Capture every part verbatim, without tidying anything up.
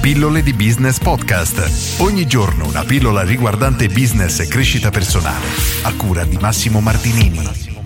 Pillole di Business Podcast. Ogni giorno una pillola riguardante business e crescita personale. A cura di Massimo Martinini.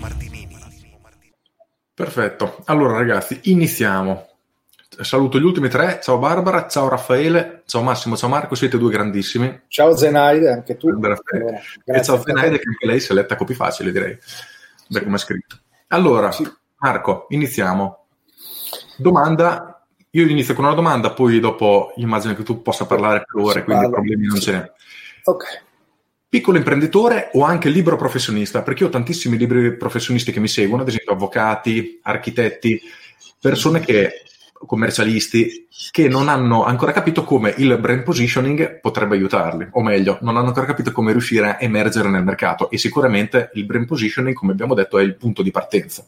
Perfetto. Allora ragazzi, iniziamo. Saluto gli ultimi tre. Ciao Barbara, ciao Raffaele, ciao Massimo, ciao Marco, siete due grandissimi. Ciao Zenaide, anche tu. Allora, e ciao Zenaide, che anche lei si è letta copy facile, direi, da sì. Come è scritto. Allora, sì. Marco, iniziamo. Domanda. Io inizio con una domanda, poi dopo immagino che tu possa parlare per ore, quindi parlo. Problemi non ce n'è. Ok. Piccolo imprenditore o anche libero professionista? Perché io ho tantissimi liberi professionisti che mi seguono, ad esempio avvocati, architetti, persone che, commercialisti, che non hanno ancora capito come il brand positioning potrebbe aiutarli, o meglio, non hanno ancora capito come riuscire a emergere nel mercato, e sicuramente il brand positioning, come abbiamo detto, è il punto di partenza.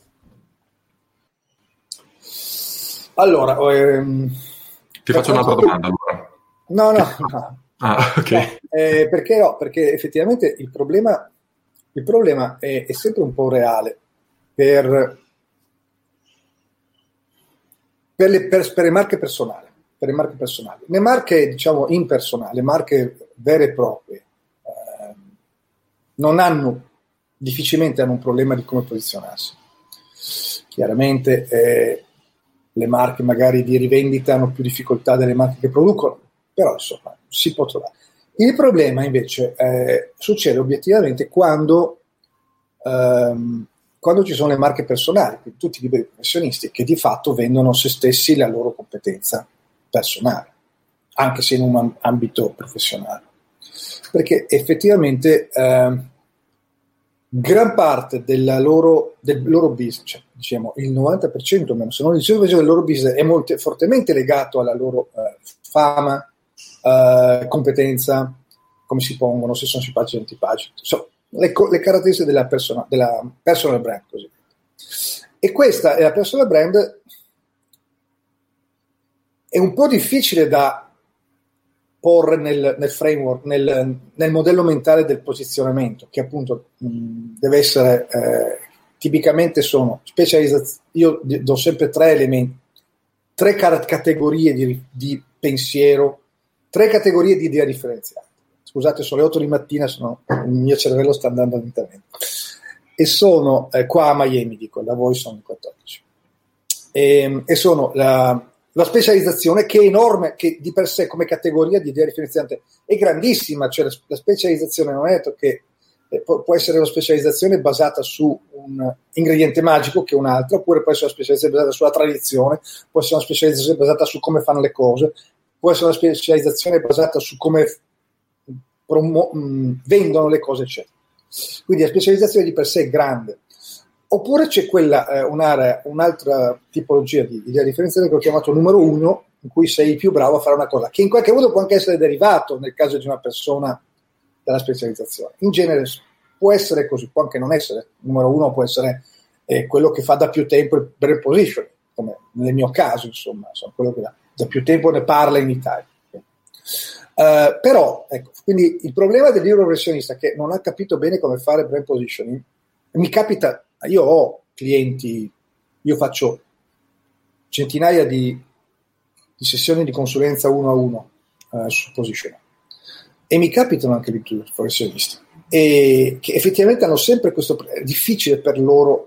Allora, ehm, ti faccio un'altra domanda allora. No, no, no. Ah, ok. No, eh, perché no? Perché effettivamente il problema, il problema è, è sempre un po' reale per, per, le, per, per le marche personali. Per le marche personali. Le marche, diciamo, impersonali, le marche vere e proprie, eh, non hanno, difficilmente hanno un problema di come posizionarsi. Chiaramente eh, le marche magari di rivendita hanno più difficoltà delle marche che producono, però insomma si può trovare. Il problema invece eh, succede obiettivamente quando, ehm, quando ci sono le marche personali, quindi tutti i liberi professionisti che di fatto vendono se stessi la loro competenza personale, anche se in un ambito professionale. Perché effettivamente eh, gran parte della loro, del loro business, cioè, diciamo il novanta per cento meno, se non il cento per cento del loro business è molto, fortemente legato alla loro eh, fama, eh, competenza, come si pongono, se sono simpatici o antipatici, so, le, le caratteristiche della, persona, della personal brand, così. E questa è la personal brand, è un po' difficile da porre nel, nel framework, nel, nel modello mentale del posizionamento, che appunto mh, deve essere eh, tipicamente sono specializzazioni. Io do sempre tre elementi, tre car- categorie di, di pensiero, tre categorie di idea differenziata. Scusate, sono le otto di mattina, sono, il mio cervello sta andando lentamente. E sono eh, qua a Miami, dico, da voi sono le quattordici. E, e sono la La specializzazione, che è enorme, che di per sé come categoria di idea differenziante è grandissima, cioè la, la specializzazione non è detto che eh, può, può essere una specializzazione basata su un ingrediente magico che è un'altra, oppure può essere una specializzazione basata sulla tradizione, può essere una specializzazione basata su come fanno le cose, può essere una specializzazione basata su come promo- mh, vendono le cose, eccetera. Quindi la specializzazione di per sé è grande. Oppure c'è quella, eh, un'area, un'altra tipologia di idea differenziata che ho chiamato numero uno, in cui sei più bravo a fare una cosa, che in qualche modo può anche essere derivato, nel caso di una persona, dalla specializzazione. In genere può essere così, può anche non essere. Numero uno può essere eh, quello che fa da più tempo il brand position, come nel mio caso, insomma, insomma quello che da, da più tempo ne parla in Italia. Uh, però, ecco, quindi il problema del libero professionista che non ha capito bene come fare brand positioning, mi capita. Io ho clienti, io faccio centinaia di, di sessioni di consulenza uno a uno eh, su positioning, e mi capitano anche di professionisti e che effettivamente hanno sempre questo, è difficile per loro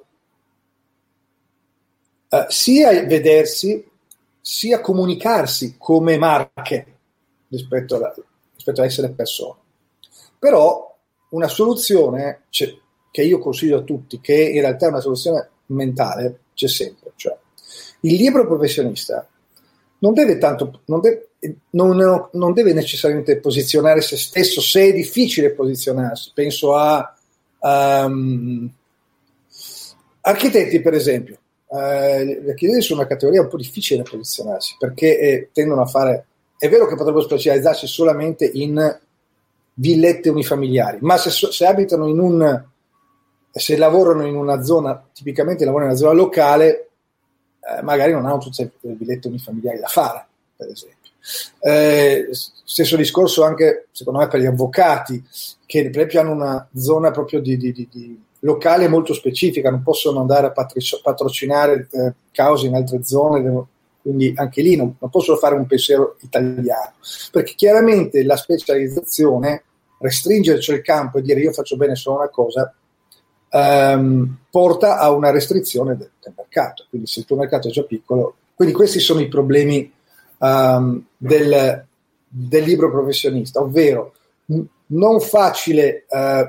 eh, sia vedersi sia comunicarsi come marche rispetto, alla, rispetto a essere persone. Però una soluzione c'è, che io consiglio a tutti, che in realtà è una soluzione mentale, c'è sempre. Cioè, il libero professionista non deve tanto, non deve, non, non deve necessariamente posizionare se stesso, se è difficile posizionarsi. Penso a um, architetti, per esempio. Uh, gli architetti sono una categoria un po' difficile da posizionarsi, perché eh, tendono a fare, è vero che potrebbero specializzarsi solamente in villette unifamiliari, ma se, se abitano in un se lavorano in una zona, tipicamente lavorano in una zona locale, eh, magari non hanno tutte le villette unifamiliari da fare, per esempio. Eh, stesso discorso anche, secondo me, per gli avvocati, che per esempio hanno una zona proprio di, di, di, di locale molto specifica, non possono andare a patri- patrocinare eh, cause in altre zone, devono, quindi anche lì non, non posso fare un pensiero italiano, perché chiaramente la specializzazione, restringerci il campo e dire io faccio bene solo una cosa, ehm, porta a una restrizione del, del mercato, quindi se il tuo mercato è già piccolo, quindi questi sono i problemi um, del, del libro professionista, ovvero n- non facile uh,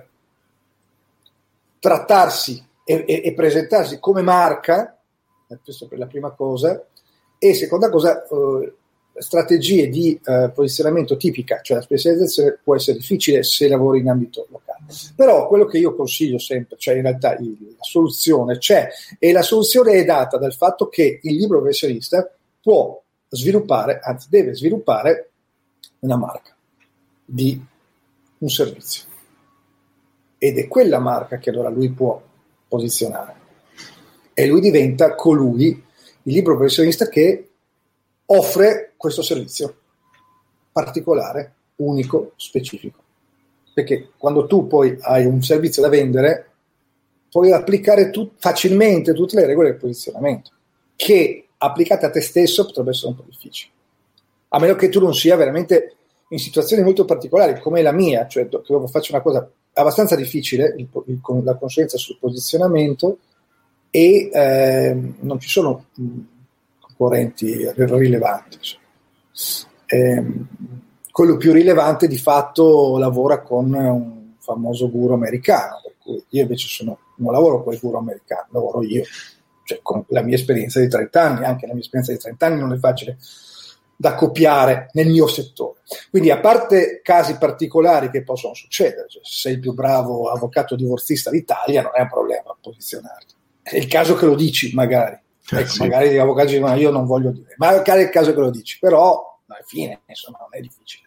trattarsi e, e, e presentarsi come marca, questo per la prima cosa, e seconda cosa, uh, strategie di uh, posizionamento tipica, cioè la specializzazione può essere difficile se lavori in ambito locale, però quello che io consiglio sempre, cioè in realtà il, la soluzione c'è, e la soluzione è data dal fatto che il libro professionista può sviluppare, anzi deve sviluppare una marca di un servizio, ed è quella marca che allora lui può posizionare, e lui diventa colui, il libro professionista, che offre questo servizio particolare, unico, specifico, perché quando tu poi hai un servizio da vendere puoi applicare tu, facilmente tutte le regole del posizionamento, che applicate a te stesso potrebbe essere un po' difficile, a meno che tu non sia veramente in situazioni molto particolari come la mia, cioè che io faccio una cosa abbastanza difficile, il, il, la conoscenza sul posizionamento, e eh, non ci sono mh, concorrenti rilevanti. Eh, quello più rilevante di fatto lavora con un famoso guru americano, per cui io invece sono, non lavoro con il guru americano, lavoro io, cioè con la mia esperienza di trenta anni, anche la mia esperienza di trenta anni non è facile da copiare nel mio settore. Quindi, a parte casi particolari che possono succedere, cioè se sei il più bravo avvocato divorzista d'Italia non è un problema posizionarti, è il caso che lo dici magari, eh, ecco, sì. Magari gli avvocati dicono io non voglio dire, ma magari è il caso che lo dici, però alla fine insomma non è difficile.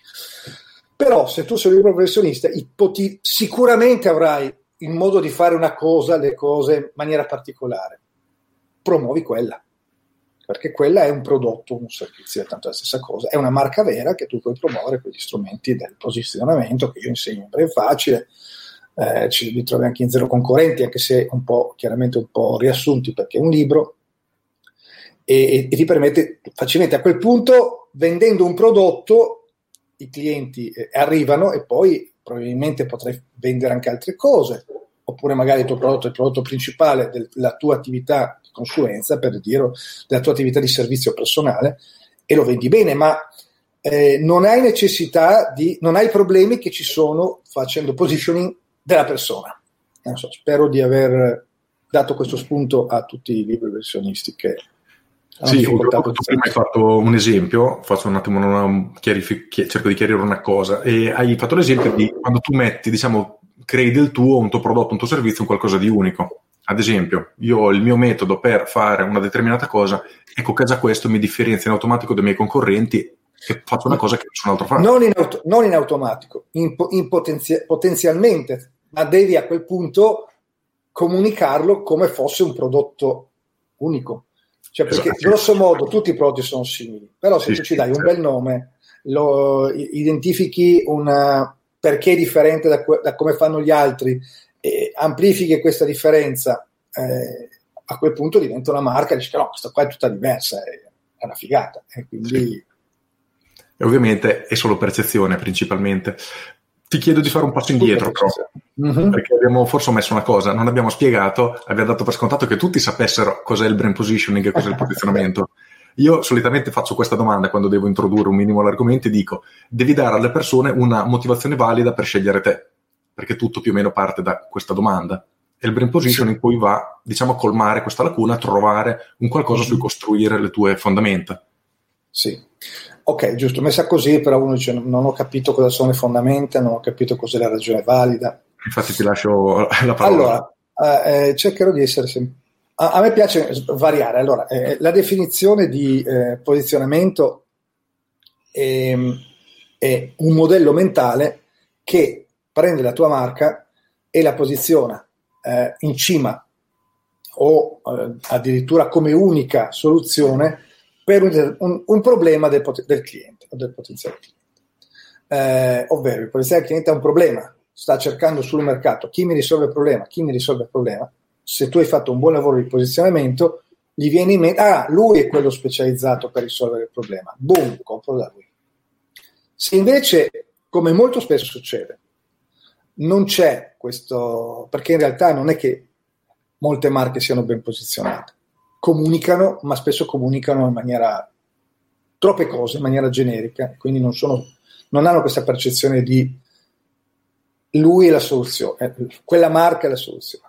Però se tu sei un libero professionista ipoti- sicuramente avrai il modo di fare una cosa, le cose in maniera particolare, promuovi quella, perché quella è un prodotto, un servizio, è tanto la stessa cosa, è una marca vera che tu puoi promuovere con gli strumenti del posizionamento che io insegno in Breve Facile, eh, ci li trovi anche in Zero Concorrenti, anche se un po' chiaramente un po' riassunti perché è un libro, e, e ti permette facilmente, a quel punto, vendendo un prodotto i clienti eh, arrivano, e poi probabilmente potrai vendere anche altre cose, oppure magari il tuo prodotto è il prodotto principale della tua attività di consulenza, per dire, della tua attività di servizio personale, e lo vendi bene, ma eh, non hai necessità di, non hai problemi che ci sono facendo positioning della persona. Non so, spero di aver dato questo spunto a tutti i libri professionisti che sì, tu prima hai fatto un esempio, faccio un attimo una chiarific- cerco di chiarire una cosa, e hai fatto l'esempio di quando tu metti, diciamo, crei del tuo, un tuo prodotto, un tuo servizio, un qualcosa di unico. Ad esempio, io ho il mio metodo per fare una determinata cosa, ecco che già questo mi differenzia in automatico dai miei concorrenti e faccio una cosa che nessun altro fa. Non in, auto- non in automatico, in, po- in potenzia- potenzialmente, ma devi a quel punto comunicarlo come fosse un prodotto unico. Cioè, perché esatto, grosso modo tutti i prodotti sono simili, però se sì, tu ci dai un bel nome, lo identifichi una, perché è differente da, da come fanno gli altri, e amplifichi questa differenza, eh, a quel punto diventa una marca e dici no, questa qua è tutta diversa, è, è una figata. E quindi sì. E ovviamente è solo percezione principalmente. Ti chiedo di fare un passo indietro, però, mm-hmm. perché abbiamo forse messo una cosa, non abbiamo spiegato, abbiamo dato per scontato che tutti sapessero cos'è il brand positioning e cos'è il posizionamento. Io solitamente faccio questa domanda quando devo introdurre un minimo l'argomento e dico, devi dare alle persone una motivazione valida per scegliere te, perché tutto più o meno parte da questa domanda. E il brand positioning sì. poi va, diciamo, a colmare questa lacuna, a trovare un qualcosa mm-hmm. su cui costruire le tue fondamenta. Sì. Ok, giusto, messa così, però uno dice non ho capito cosa sono le fondamenta, non ho capito cos'è la ragione valida. Infatti ti lascio la parola. Allora, eh, cercherò di essere sempre... A, a me piace variare. Allora, eh, la definizione di eh, posizionamento è, è un modello mentale che prende la tua marca e la posiziona eh, in cima o eh, addirittura come unica soluzione per un, un, un problema del, del cliente o del potenziale cliente, eh, ovvero il potenziale cliente ha un problema, sta cercando sul mercato chi mi risolve il problema, chi mi risolve il problema. Se tu hai fatto un buon lavoro di posizionamento, gli viene in mente, ah, lui è quello specializzato per risolvere il problema, boom, compro da lui. Se invece, come molto spesso succede, non c'è questo, perché in realtà non è che molte marche siano ben posizionate, comunicano, ma spesso comunicano in maniera, troppe cose, in maniera generica, quindi non sono, non hanno questa percezione di lui è la soluzione, quella marca è la soluzione.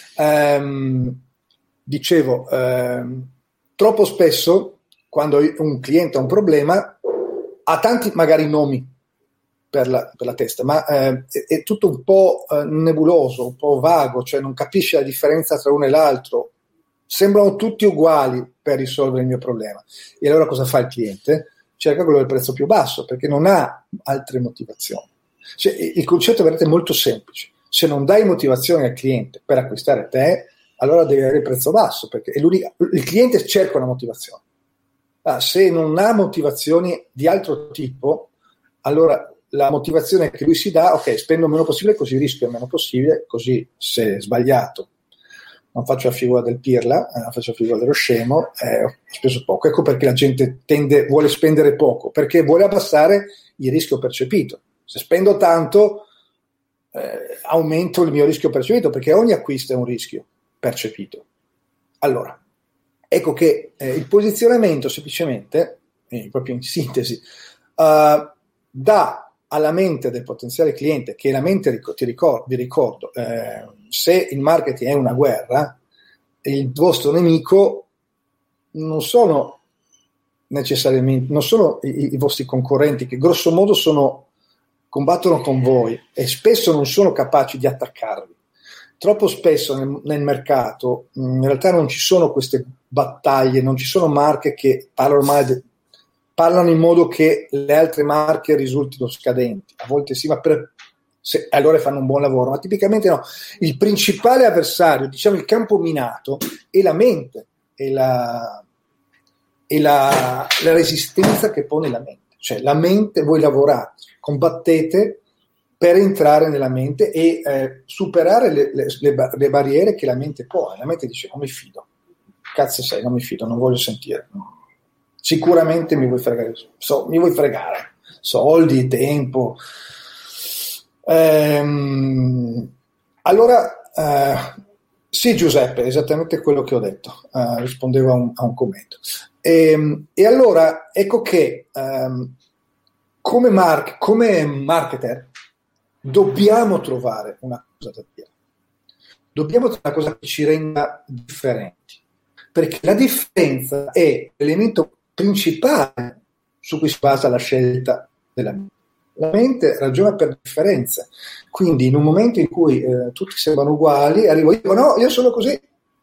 Um, dicevo, ehm, troppo spesso quando un cliente ha un problema ha tanti magari nomi per la, per la testa, ma eh, è, è tutto un po' eh, nebuloso, un po' vago, cioè non capisce la differenza tra uno e l'altro, sembrano tutti uguali per risolvere il mio problema. E allora cosa fa il cliente? Cerca quello del prezzo più basso, perché non ha altre motivazioni. Cioè, il concetto è veramente molto semplice: se non dai motivazioni al cliente per acquistare te, allora devi avere il prezzo basso, perché è l'unica, il cliente cerca una motivazione. Ah, se non ha motivazioni di altro tipo, allora la motivazione che lui si dà, ok, spendo il meno possibile così rischio il meno possibile, così se è sbagliato non faccio la figura del pirla, eh, faccio la figura dello scemo, eh, ho speso poco. Ecco perché la gente tende, vuole spendere poco, perché vuole abbassare il rischio percepito. Se spendo tanto eh, aumento il mio rischio percepito, perché ogni acquisto è un rischio percepito. Allora, ecco che eh, il posizionamento semplicemente, eh, proprio in sintesi, uh, dà alla mente del potenziale cliente, che la mente, ti ricordo, vi ricordo, eh, se il marketing è una guerra, il vostro nemico non sono necessariamente, non sono i, i vostri concorrenti, che grosso modo sono, combattono con voi e spesso non sono capaci di attaccarvi. Troppo spesso nel, nel mercato in realtà non ci sono queste battaglie, non ci sono marche che parlano male, parlano in modo che le altre marche risultino scadenti. A volte sì, ma per, se, allora fanno un buon lavoro, ma tipicamente no. Il principale avversario, diciamo il campo minato, è la mente, è la, è la, la resistenza che pone la mente. Cioè la mente, voi lavorate, combattete per entrare nella mente e eh, superare le, le, le, le barriere che la mente pone. La mente dice: non mi fido, cazzo sei, non mi fido, non voglio sentire. Sicuramente mi vuoi fregare, so, mi vuoi fregare, soldi, tempo. Ehm, allora, eh, sì Giuseppe, esattamente quello che ho detto, eh, rispondevo a un, a un commento. E, e allora, ecco che ehm, come, mar- come marketer dobbiamo trovare una cosa da dire. Dobbiamo trovare una cosa che ci renda differenti, perché la differenza è l'elemento principale su cui si basa la scelta della mente. La mente ragiona per differenze, quindi in un momento in cui eh, tutti sembrano uguali, arrivo io, no, io sono così,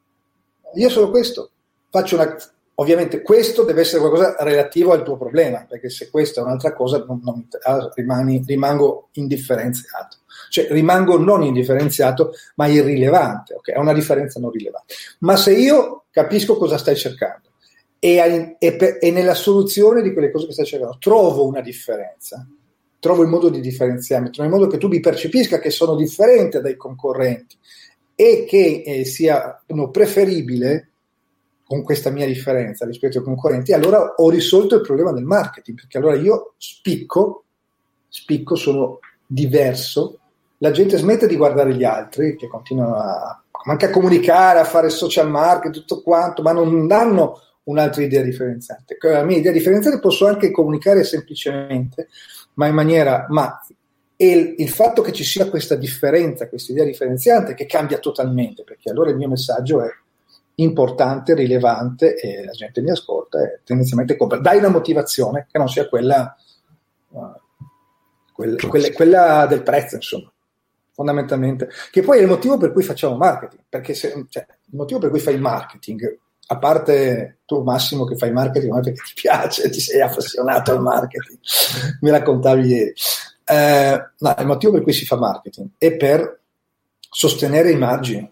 io sono questo, faccio una... Ovviamente questo deve essere qualcosa relativo al tuo problema, perché se questa è un'altra cosa non, non, rimani, rimango indifferenziato, cioè rimango non indifferenziato ma irrilevante, ok? È una differenza non rilevante. Ma se io capisco cosa stai cercando e, e, per, e nella soluzione di quelle cose che stai cercando trovo una differenza, trovo il modo di differenziarmi, trovo il modo che tu mi percepisca che sono differente dai concorrenti e che eh, siano preferibile con questa mia differenza rispetto ai concorrenti, allora ho risolto il problema del marketing, perché allora io spicco, spicco, sono diverso, la gente smette di guardare gli altri, che continuano a, anche a comunicare, a fare social marketing, tutto quanto, ma non danno un'altra idea differenziante. La mia idea differenziante posso anche comunicare semplicemente, ma in maniera... ma e il, il fatto che ci sia questa differenza, questa idea differenziante, che cambia totalmente, perché allora il mio messaggio è importante, rilevante e la gente mi ascolta e tendenzialmente compra. Dai una motivazione che non sia quella, uh, quella, quella, quella del prezzo, insomma, fondamentalmente, che poi è il motivo per cui facciamo marketing, perché se, cioè, il motivo per cui fai marketing, a parte tu Massimo che fai marketing ma perché ti piace, ti sei appassionato al marketing, mi raccontavi ieri, eh, no, il motivo per cui si fa marketing è per sostenere i margini,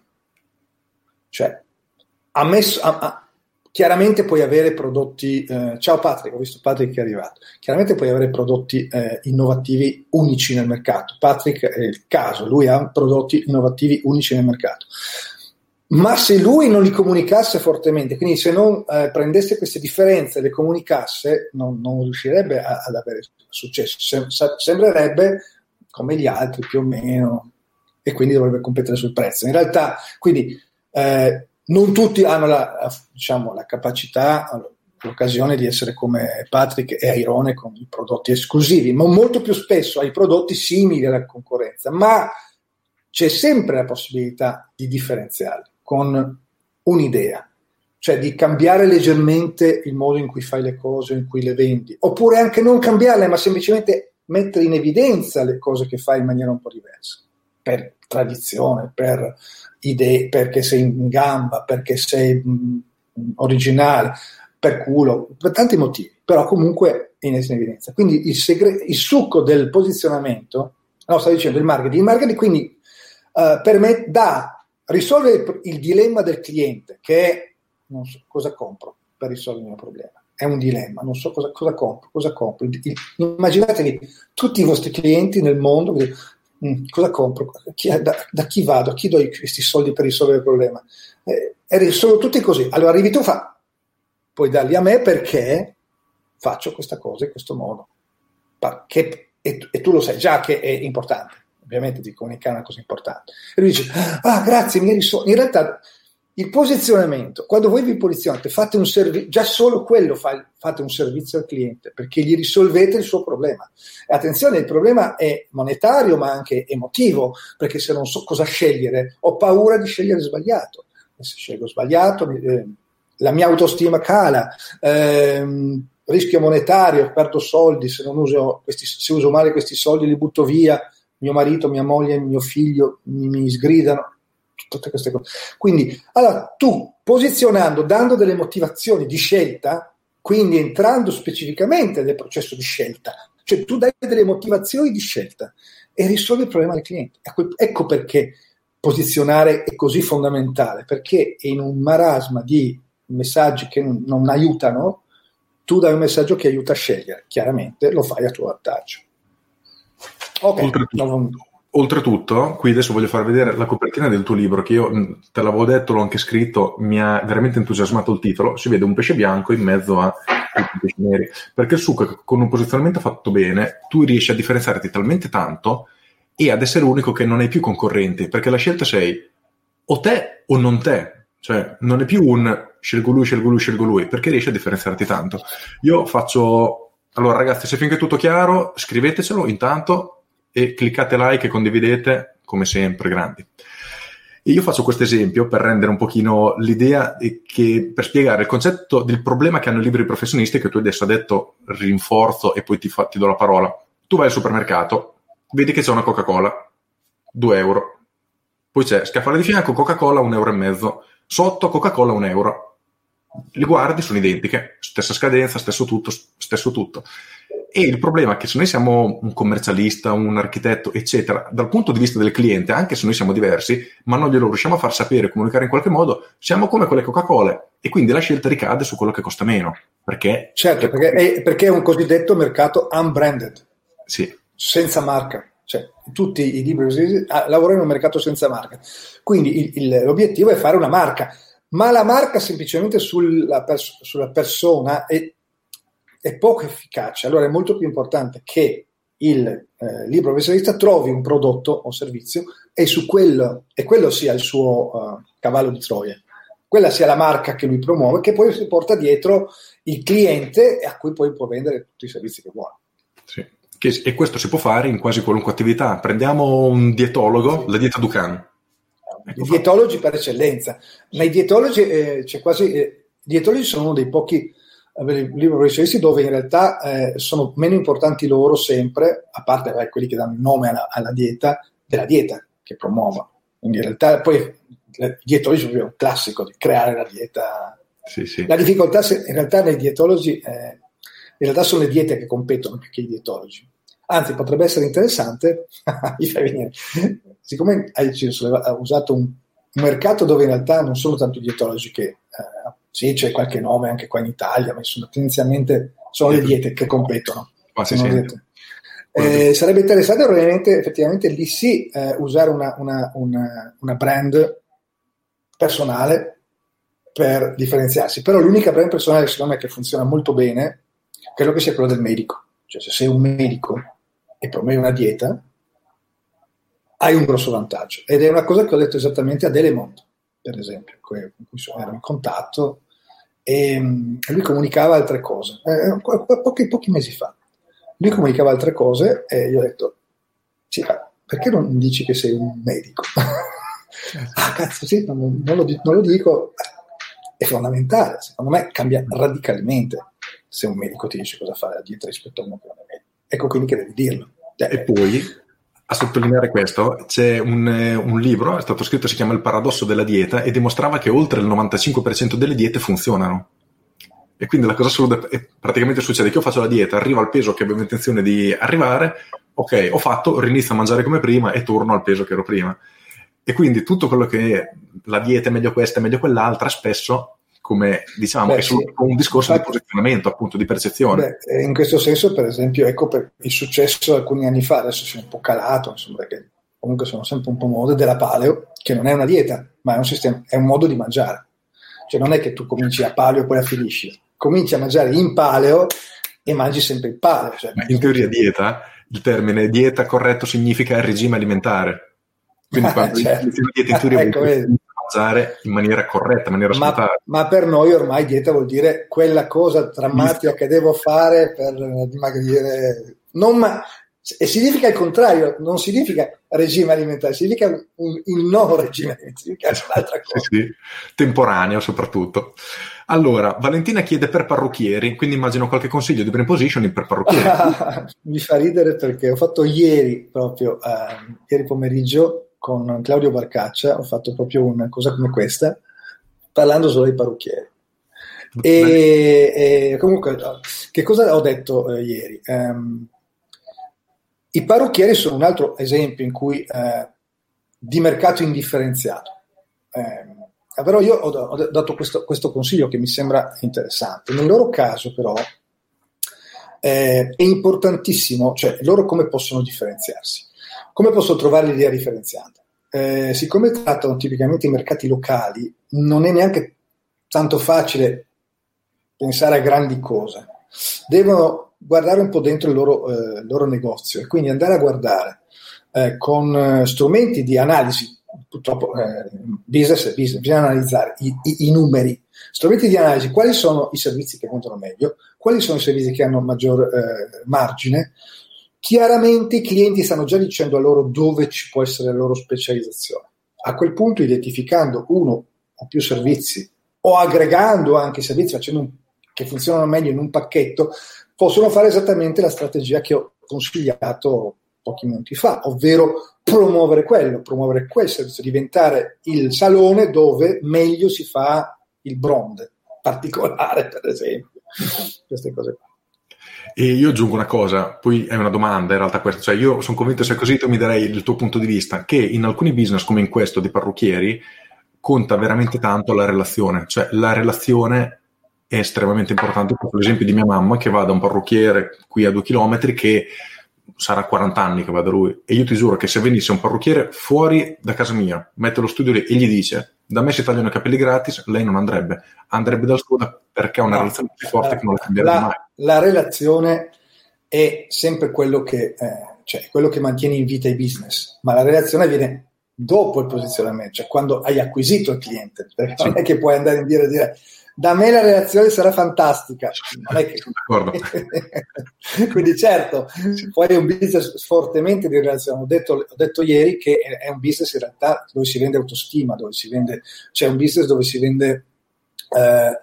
cioè Ammesso, a, a, chiaramente puoi avere prodotti, eh, ciao Patrick, ho visto Patrick che è arrivato, chiaramente puoi avere prodotti eh, innovativi unici nel mercato. Patrick è il caso, lui ha prodotti innovativi unici nel mercato, ma se lui non li comunicasse fortemente, quindi se non eh, prendesse queste differenze e le comunicasse, non, non riuscirebbe a, ad avere successo. Sem- sembrerebbe come gli altri più o meno, e quindi dovrebbe competere sul prezzo. In realtà, quindi eh, non tutti hanno la, la, diciamo, la capacità, l'occasione di essere come Patrick e Airone con i prodotti esclusivi, ma molto più spesso hai prodotti simili alla concorrenza, ma c'è sempre la possibilità di differenziarli con un'idea, cioè di cambiare leggermente il modo in cui fai le cose, in cui le vendi, oppure anche non cambiarle, ma semplicemente mettere in evidenza le cose che fai in maniera un po' diversa, per tradizione, per idee, perché sei in gamba, perché sei mh, originale, per culo, per tanti motivi, però comunque in evidenza. Quindi il, segre- il succo del posizionamento, no, stavo dicendo il marketing, il marketing quindi uh, per me dà risolve il, il dilemma del cliente, che è non so cosa compro per risolvere il mio problema, è un dilemma, non so cosa, cosa compro, cosa compro. Il, il, immaginatevi tutti i vostri clienti nel mondo, mh, cosa compro, chi, da, da chi vado, a chi do questi soldi per risolvere il problema, eh, e sono tutti così. Allora arrivi tu, fa, puoi darli a me perché faccio questa cosa in questo modo, che, e, e tu lo sai già che è importante. Ovviamente di comunicare una cosa importante, e lui dice ah grazie mi hai risolto. In realtà il posizionamento, quando voi vi posizionate, fate un servizio, già solo quello fa, fate un servizio al cliente, perché gli risolvete il suo problema. E attenzione, il problema è monetario ma anche emotivo, perché se non so cosa scegliere ho paura di scegliere sbagliato, e se scelgo sbagliato eh, la mia autostima cala, ehm, rischio monetario, perdo soldi, se non uso questi, se uso male questi soldi li butto via, mio marito, mia moglie, mio figlio mi, mi sgridano, tutte queste cose. Quindi, allora, tu posizionando, dando delle motivazioni di scelta, quindi entrando specificamente nel processo di scelta, cioè tu dai delle motivazioni di scelta e risolvi il problema del cliente. Ecco, ecco perché posizionare è così fondamentale, perché in un marasma di messaggi che non, non aiutano, tu dai un messaggio che aiuta a scegliere, chiaramente lo fai a tuo vantaggio. Okay. Oltretutto, oltretutto, qui adesso voglio far vedere la copertina del tuo libro, che io te l'avevo detto, l'ho anche scritto, mi ha veramente entusiasmato il titolo. Si vede un pesce bianco in mezzo a pesci neri, perché il succo è che con un posizionamento fatto bene tu riesci a differenziarti talmente tanto e ad essere unico che non hai più concorrenti, perché la scelta sei o te o non te, cioè non è più un scelgo lui, scelgo lui, scelgo lui, perché riesci a differenziarti tanto. Io faccio, allora ragazzi, se finché è tutto chiaro scrivetecelo intanto e cliccate like e condividete, come sempre, grandi. E io faccio questo esempio per rendere un pochino l'idea che, per spiegare il concetto del problema che hanno i liberi professionisti, che tu adesso hai detto, rinforzo e poi ti, fa, ti do la parola. Tu vai al supermercato, vedi che c'è una Coca-Cola, due euro. Poi c'è scaffale di fianco, Coca-Cola, un euro e mezzo. Sotto, Coca-Cola, un euro. Li guardi, sono identiche, stessa scadenza, stesso tutto, stesso tutto. E il problema è che se noi siamo un commercialista, un architetto, eccetera, dal punto di vista del cliente, anche se noi siamo diversi, ma non glielo riusciamo a far sapere, comunicare in qualche modo, siamo come quelle Coca-Cola, e quindi la scelta ricade su quello che costa meno. Perché? Certo, perché è, perché è un cosiddetto mercato unbranded, sì, senza marca. Cioè, tutti i libri ah, lavorano in un mercato senza marca. Quindi il, il, l'obiettivo è fare una marca, ma la marca semplicemente sulla, pers- sulla persona è è poco efficace. Allora è molto più importante che il eh, libro professionista trovi un prodotto o servizio e su quello, e quello sia il suo uh, cavallo di Troia, quella sia la marca che lui promuove, che poi si porta dietro il cliente a cui poi può vendere tutti i servizi che vuole. Sì. Che, e questo si può fare in quasi qualunque attività. Prendiamo un dietologo, sì. La dieta Dukan. Ecco, I dietologi per eccellenza, ma i dietologi eh, c'è quasi eh, i dietologi sono uno dei pochi libri professionisti dove in realtà eh, sono meno importanti loro sempre, a parte beh, quelli che danno il nome alla, alla dieta, della dieta che promuovono. Quindi in realtà poi il dietologi è un classico di creare la dieta. Sì, sì. La difficoltà se, in realtà nei dietologi eh, in realtà sono le diete che competono più che i dietologi. Anzi, potrebbe essere interessante mi fai venire. Siccome hai usato un, un mercato dove in realtà non sono tanto i dietologi che eh, sì, c'è qualche nome anche qua in Italia, ma sono tendenzialmente sono le diete che competono. Ah, sì, sì. Eh, sarebbe interessante probabilmente effettivamente lì sì eh, usare una, una, una, una brand personale per differenziarsi. Però l'unica brand personale secondo me che funziona molto bene credo che sia quello del medico. Cioè se sei un medico e promuovi una dieta hai un grosso vantaggio, ed è una cosa che ho detto esattamente a Delemont, per esempio, con cui ero in contatto, e lui comunicava altre cose eh, pochi, pochi mesi fa. Lui comunicava altre cose e io ho detto sì, perché non dici che sei un medico? Ah cazzo sì, non, non, lo, non lo dico. È fondamentale, secondo me cambia radicalmente se un medico ti dice cosa fare la dieta rispetto a uno che non è medico. Ecco quindi che devi dirlo. Cioè, e poi a sottolineare questo c'è un, un libro, è stato scritto, si chiama Il paradosso della dieta, e dimostrava che oltre il novantacinque per cento delle diete funzionano. E quindi la cosa assurda è praticamente succede che io faccio la dieta, arrivo al peso che avevo intenzione di arrivare, ok, ho fatto, rinizio a mangiare come prima e torno al peso che ero prima. E quindi tutto quello che è la dieta è meglio questa, è meglio quell'altra, spesso, come diciamo, beh, è solo sì. un discorso Infatti, di posizionamento, appunto, di percezione. Beh, in questo senso, per esempio, ecco per il successo alcuni anni fa, adesso si è un po' calato, insomma, perché comunque sono sempre un po' mode della paleo, che non è una dieta, ma è un sistema, è un modo di mangiare. Cioè non è che tu cominci a paleo e poi la finisci, cominci a mangiare in paleo e mangi sempre il paleo. Cioè, ma in teoria dieta, il termine dieta corretto significa regime alimentare. Quindi quando certo. dici dieta in teoria ecco, vuol dire mangiare in maniera corretta, in maniera ma, salutare. ma per noi ormai dieta vuol dire quella cosa drammatica che devo fare per dimagrire. Non ma, e significa il contrario, non significa regime alimentare, significa un, il nuovo regime alimentare, significa un'altra cosa. Sì, sì. Temporaneo soprattutto. Allora, Valentina chiede per parrucchieri, quindi immagino qualche consiglio di brain positioning per parrucchieri. Mi fa ridere perché ho fatto ieri, proprio eh, ieri pomeriggio, con Claudio Barcaccia, ho fatto proprio una cosa come questa, parlando solo dei parrucchieri. E, e comunque, che cosa ho detto eh, ieri? Um, I parrucchieri sono un altro esempio in cui eh, di mercato indifferenziato. Eh, però io ho, ho dato questo, questo consiglio che mi sembra interessante. Nel loro caso, però, eh, è importantissimo, cioè loro come possono differenziarsi? Come posso trovare l'idea differenziata? Eh, siccome trattano tipicamente i mercati locali, non è neanche tanto facile pensare a grandi cose. Devono guardare un po' dentro il loro, eh, il loro negozio e quindi andare a guardare eh, con eh, strumenti di analisi. Purtroppo eh, business è business, bisogna analizzare i, i, i numeri, strumenti di analisi, quali sono i servizi che vendono meglio, quali sono i servizi che hanno maggior eh, margine. Chiaramente i clienti stanno già dicendo a loro dove ci può essere la loro specializzazione. A quel punto, identificando uno o più servizi o aggregando anche i servizi, facendo un, che funzionano meglio in un pacchetto, possono fare esattamente la strategia che ho consigliato pochi minuti fa, ovvero promuovere quello, promuovere quel servizio, diventare il salone dove meglio si fa il brand particolare, per esempio. Queste cose qua. E io aggiungo una cosa, poi è una domanda in realtà questa, cioè io sono convinto sia così, tu mi darei il tuo punto di vista, che in alcuni business come in questo di parrucchieri conta veramente tanto la relazione, cioè la relazione è estremamente importante. Per l'esempio di mia mamma che va da un parrucchiere qui a due chilometri che sarà quaranta anni che va da lui, e io ti giuro che se venisse un parrucchiere fuori da casa mia, mette lo studio lì e gli dice da me si tagliano i capelli gratis, lei non andrebbe, andrebbe dal suo perché ha una no, relazione più forte la, che non la cambierebbe la, mai. La relazione è sempre quello che, eh, cioè quello che mantiene in vita i business, ma la relazione avviene dopo il posizionamento, cioè quando hai acquisito il cliente, perché sì. Non è che puoi andare in dire, dire da me la relazione sarà fantastica, non è che... Quindi certo, poi è un business fortemente di relazione. Ho detto, ho detto ieri che è un business in realtà dove si vende autostima, dove si vende, cioè un business dove si vende eh,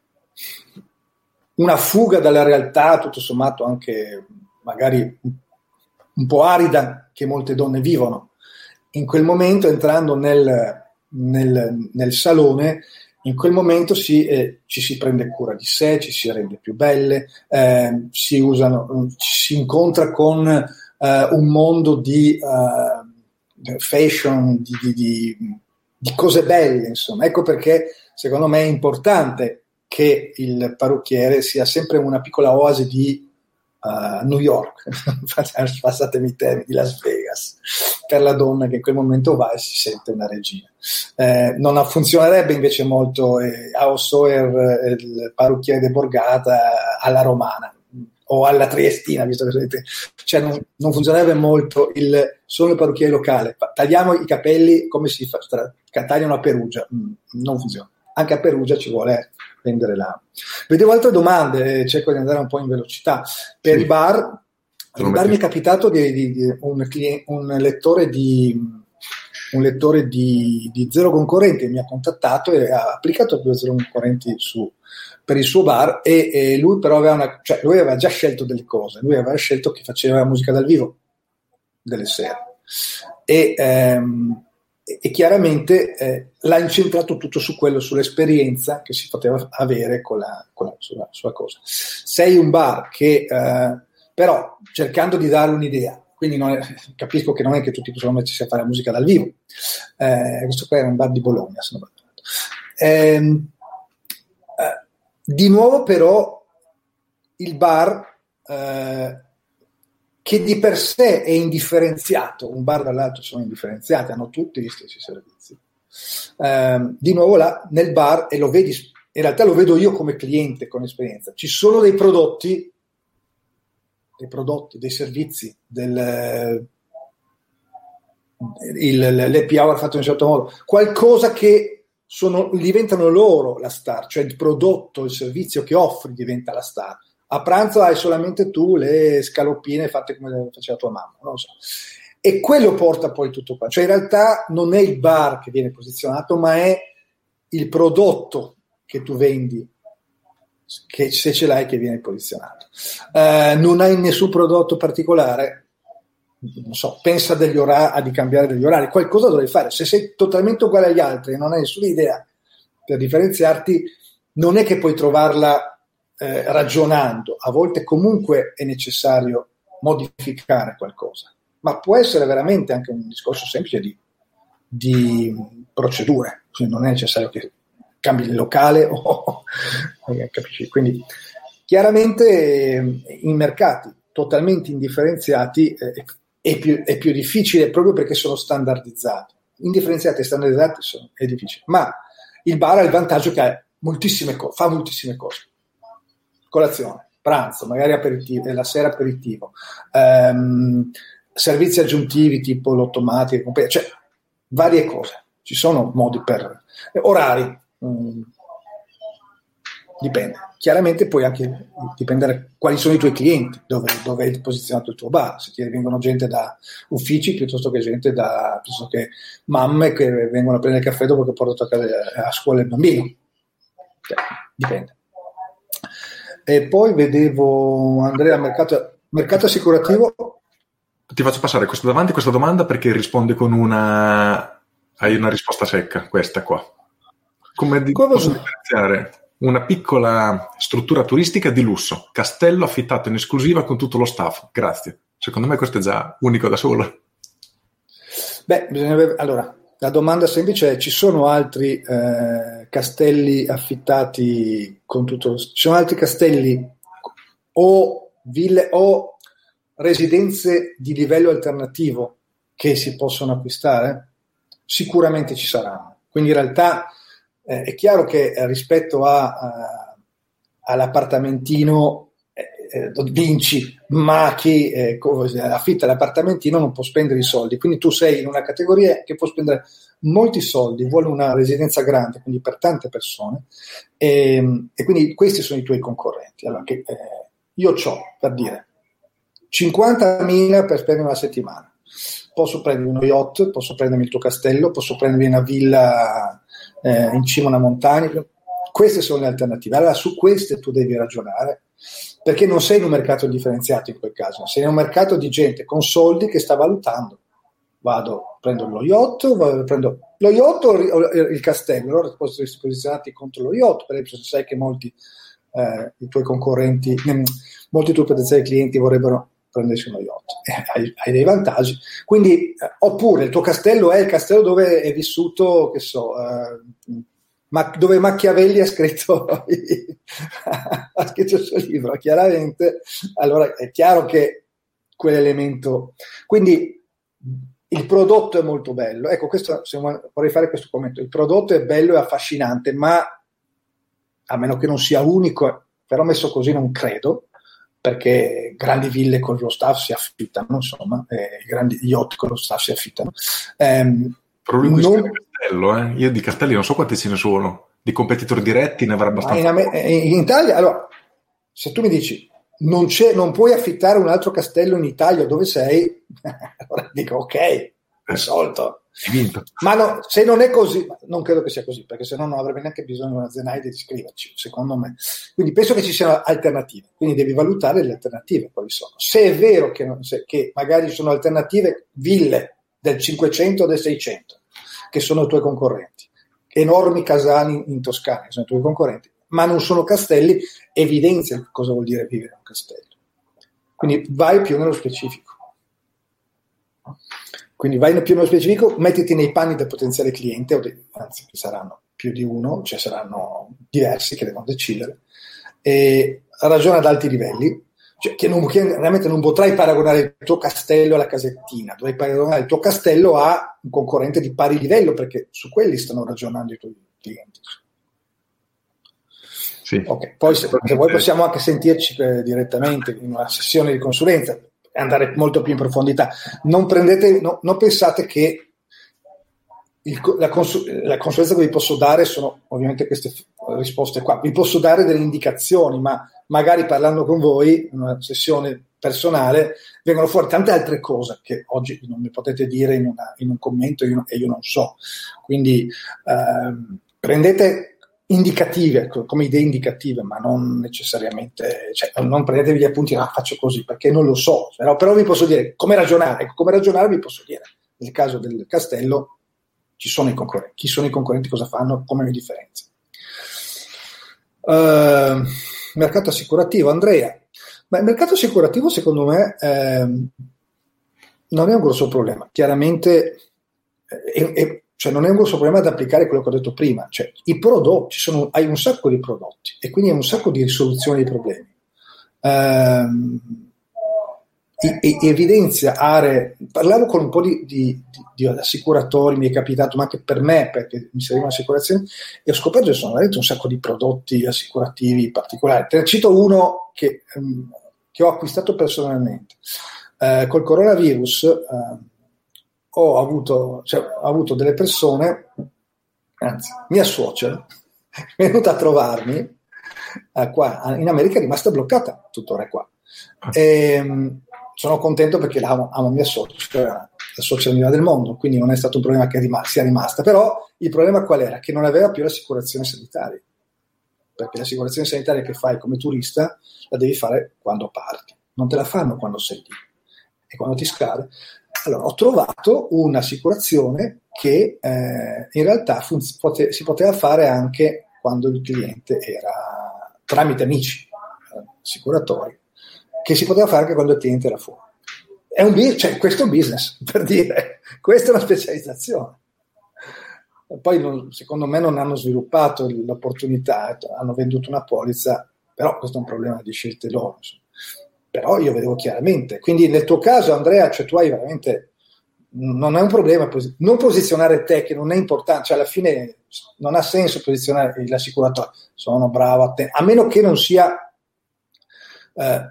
una fuga dalla realtà, tutto sommato anche magari un po' arida, che molte donne vivono. In quel momento, entrando nel, nel, nel salone, in quel momento si, eh, ci si prende cura di sé, ci si rende più belle, eh, si usano, ci si incontra con eh, un mondo di uh, fashion, di, di, di, di cose belle, insomma. Ecco perché secondo me è importante che il parrucchiere sia sempre una piccola oasi di uh, New York, passatemi i termini, di Las Vegas, per la donna che in quel momento va e si sente una regina. Eh, non funzionerebbe invece molto eh, House Sawyer, eh, il parrucchiere de Borgata alla romana o alla triestina, visto che vedete, cioè non, non funzionerebbe molto il solo il parrucchiere locale. Tagliamo i capelli come si fa, tagliano a Perugia, non funziona. Anche a Perugia ci vuole vendere la. Vedevo altre domande, cerco di andare un po' in velocità. Per sì. i bar, per i bar mi è capitato di, di, di un, cliente, un lettore di un lettore di, di Zero Concorrenti mi ha contattato e ha applicato più Zero Concorrenti su, per il suo bar e, e lui però aveva una, cioè lui aveva già scelto delle cose, lui aveva scelto che faceva musica dal vivo delle sere e ehm, e chiaramente eh, l'ha incentrato tutto su quello, sull'esperienza che si poteva avere con la, con la sua, sua cosa. Sei un bar che eh, però cercando di dare un'idea, quindi non è, capisco che non è che tutti possono mettersi a fare musica dal vivo, eh, questo qua era un bar di Bologna se non vado. Eh, eh, di nuovo però il bar eh, che di per sé è indifferenziato, un bar dall'altro sono indifferenziati, hanno tutti gli stessi servizi. Eh, di nuovo là nel bar, e lo vedi, in realtà lo vedo io come cliente con esperienza, ci sono dei prodotti, dei prodotti, dei servizi, del il, l'happy hour fatto in un certo modo, qualcosa che sono, diventano loro la star, cioè il prodotto, il servizio che offri diventa la star. A pranzo hai solamente tu le scaloppine fatte come faceva tua mamma, non lo so. E quello porta poi tutto qua. Cioè in realtà non è il bar che viene posizionato, ma è il prodotto che tu vendi, che se ce l'hai che viene posizionato. Eh, non hai nessun prodotto particolare, non so, pensa degli orari, di cambiare degli orari, qualcosa dovrei fare. Se sei totalmente uguale agli altri e non hai nessuna idea per differenziarti, non è che puoi trovarla Eh, ragionando, a volte comunque è necessario modificare qualcosa, ma può essere veramente anche un discorso semplice di, di procedure, quindi non è necessario che cambi il locale o, capisci? Quindi chiaramente eh, in mercati totalmente indifferenziati eh, è, più, è più difficile proprio perché sono standardizzati. Indifferenziati e standardizzati sono, è difficile, ma il bar ha il vantaggio che ha moltissime co- fa moltissime cose. Colazione, pranzo, magari aperitivo, la sera aperitivo, ehm, servizi aggiuntivi tipo l'automatico, cioè varie cose. Ci sono modi per orari, mh, dipende. Chiaramente puoi anche dipendere quali sono i tuoi clienti, dove, dove è posizionato il tuo bar, se ti vengono gente da uffici piuttosto che gente da piuttosto che mamme che vengono a prendere il caffè dopo che portano a, casa, a scuola il bambino. Cioè, dipende. E poi vedevo Andrea, mercato, mercato assicurativo. Ti faccio passare questo davanti questa domanda perché risponde con una hai una risposta secca, questa qua. Come, di, Come posso differenziare una piccola struttura turistica di lusso, castello affittato in esclusiva con tutto lo staff? Grazie. Secondo me questo è già unico da solo. Beh, bisogna, allora la domanda semplice è: ci sono altri eh, castelli affittati con tutto? Ci sono altri castelli o ville o residenze di livello alternativo che si possono acquistare? Sicuramente ci saranno. Quindi in realtà eh, è chiaro che eh, rispetto a, a, all'appartamentino eh, vinci, ma chi eh, affitta l'appartamentino non può spendere i soldi, quindi tu sei in una categoria che può spendere molti soldi, vuole una residenza grande, quindi per tante persone, e, e quindi questi sono i tuoi concorrenti. Allora, che, eh, io c'ho, per dire, cinquantamila per spendere una settimana, posso prendere uno yacht, posso prendermi il tuo castello, posso prendermi una villa eh, in cima a una montagna. Queste sono le alternative. Allora su queste tu devi ragionare, perché non sei in un mercato differenziato in quel caso, sei in un mercato di gente con soldi che sta valutando. Vado, prendo lo yacht, vado, prendo lo yacht o il castello. Allora posso essere posizionati contro lo yacht, per esempio, se sai che molti eh, i tuoi concorrenti, molti tuoi potenziali clienti vorrebbero prendersi uno yacht, eh, hai, hai dei vantaggi. Quindi, eh, oppure il tuo castello è il castello dove è vissuto, che so, eh, ma, dove Machiavelli ha scritto ha scritto il suo libro, chiaramente. Allora è chiaro che quell'elemento, quindi il prodotto è molto bello. Ecco, questo, se vorrei fare questo commento. Il prodotto è bello e affascinante, ma a meno che non sia unico, però messo così non credo, perché grandi ville con lo staff si affittano, insomma, eh, grandi yacht con lo staff si affittano. Ehm, Però lui non... di castello, eh? Io di castelli non so quanti ce ne sono, di competitor diretti ne avrà abbastanza. In, in Italia, allora, se tu mi dici non, c'è, non puoi affittare un altro castello in Italia dove sei, allora dico ok, risolto. Vinto. Ma no, se non è così, non credo che sia così, perché se no non avrebbe neanche bisogno di una Zenaide di scriverci, secondo me. Quindi penso che ci siano alternative, quindi devi valutare le alternative quali sono. Se è vero che, non, se, che magari sono alternative ville del cinquecento o del seicento, che sono i tuoi concorrenti, enormi casani in Toscana, che sono i tuoi concorrenti, ma non sono castelli, evidenzia cosa vuol dire vivere in un castello. Quindi vai più nello specifico. Quindi vai più nello specifico, mettiti nei panni del potenziale cliente, o di, anzi che saranno più di uno, cioè saranno diversi che devono decidere, e ragiona ad alti livelli, cioè che, non, che veramente non potrai paragonare il tuo castello alla casettina, dovrai paragonare il tuo castello a un concorrente di pari livello, perché su quelli stanno ragionando i tuoi clienti. Sì. Okay. Poi se, se vuoi possiamo anche sentirci eh, direttamente in una sessione di consulenza, andare molto più in profondità. Non prendete, no, non pensate che il, la, consu, la consulenza che vi posso dare sono ovviamente queste risposte qua. Vi posso dare delle indicazioni, ma magari parlando con voi in una sessione personale vengono fuori tante altre cose che oggi non mi potete dire in, una, in un commento io, e io non so. Quindi ehm, prendete indicative, come idee indicative, ma non necessariamente, cioè non prendetevi gli appunti, ah, faccio così, perché non lo so, però, però vi posso dire come ragionare, ecco, come ragionare vi posso dire, nel caso del castello ci sono i concorrenti, chi sono i concorrenti, cosa fanno, come mi differenzio. Uh, mercato assicurativo, Andrea, ma il mercato assicurativo secondo me ehm, non è un grosso problema, chiaramente è, è cioè non è un grosso problema da applicare quello che ho detto prima, cioè i prodotti, sono, hai un sacco di prodotti e quindi hai un sacco di risoluzioni dei problemi. Ehm, e, e evidenzia aree, parlavo con un po' di, di, di, di assicuratori, mi è capitato, ma anche per me, perché mi serviva un'assicurazione, e ho scoperto che sono veramente un sacco di prodotti assicurativi particolari. Te ne cito uno che, um, che ho acquistato personalmente. Uh, col coronavirus uh, ho avuto, cioè, ho avuto delle persone, anzi, mia suocera è venuta a trovarmi eh, qua in America, è rimasta bloccata tuttora qua. E, mh, sono contento perché amo, amo mia suocera, la suocera migliore del mondo, quindi non è stato un problema che rim- sia rimasta, però il problema qual era? Che non aveva più l'assicurazione sanitaria, perché l'assicurazione sanitaria che fai come turista la devi fare quando parti, non te la fanno quando sei lì e quando ti scade. Allora, ho trovato un'assicurazione che eh, in realtà fun- pote- si poteva fare anche quando il cliente era tramite amici eh, assicuratori, che si poteva fare anche quando il cliente era fuori. È un bu- cioè, questo è un business, per dire, questa è una specializzazione. Poi non, secondo me non hanno sviluppato l'opportunità, hanno venduto una polizza, però questo è un problema di scelte loro, insomma. Però io vedevo chiaramente, quindi nel tuo caso Andrea, cioè tu hai veramente, non è un problema non posizionare te, che non è importante, cioè alla fine non ha senso posizionare l'assicuratore, sono bravo a te, a meno che non sia eh,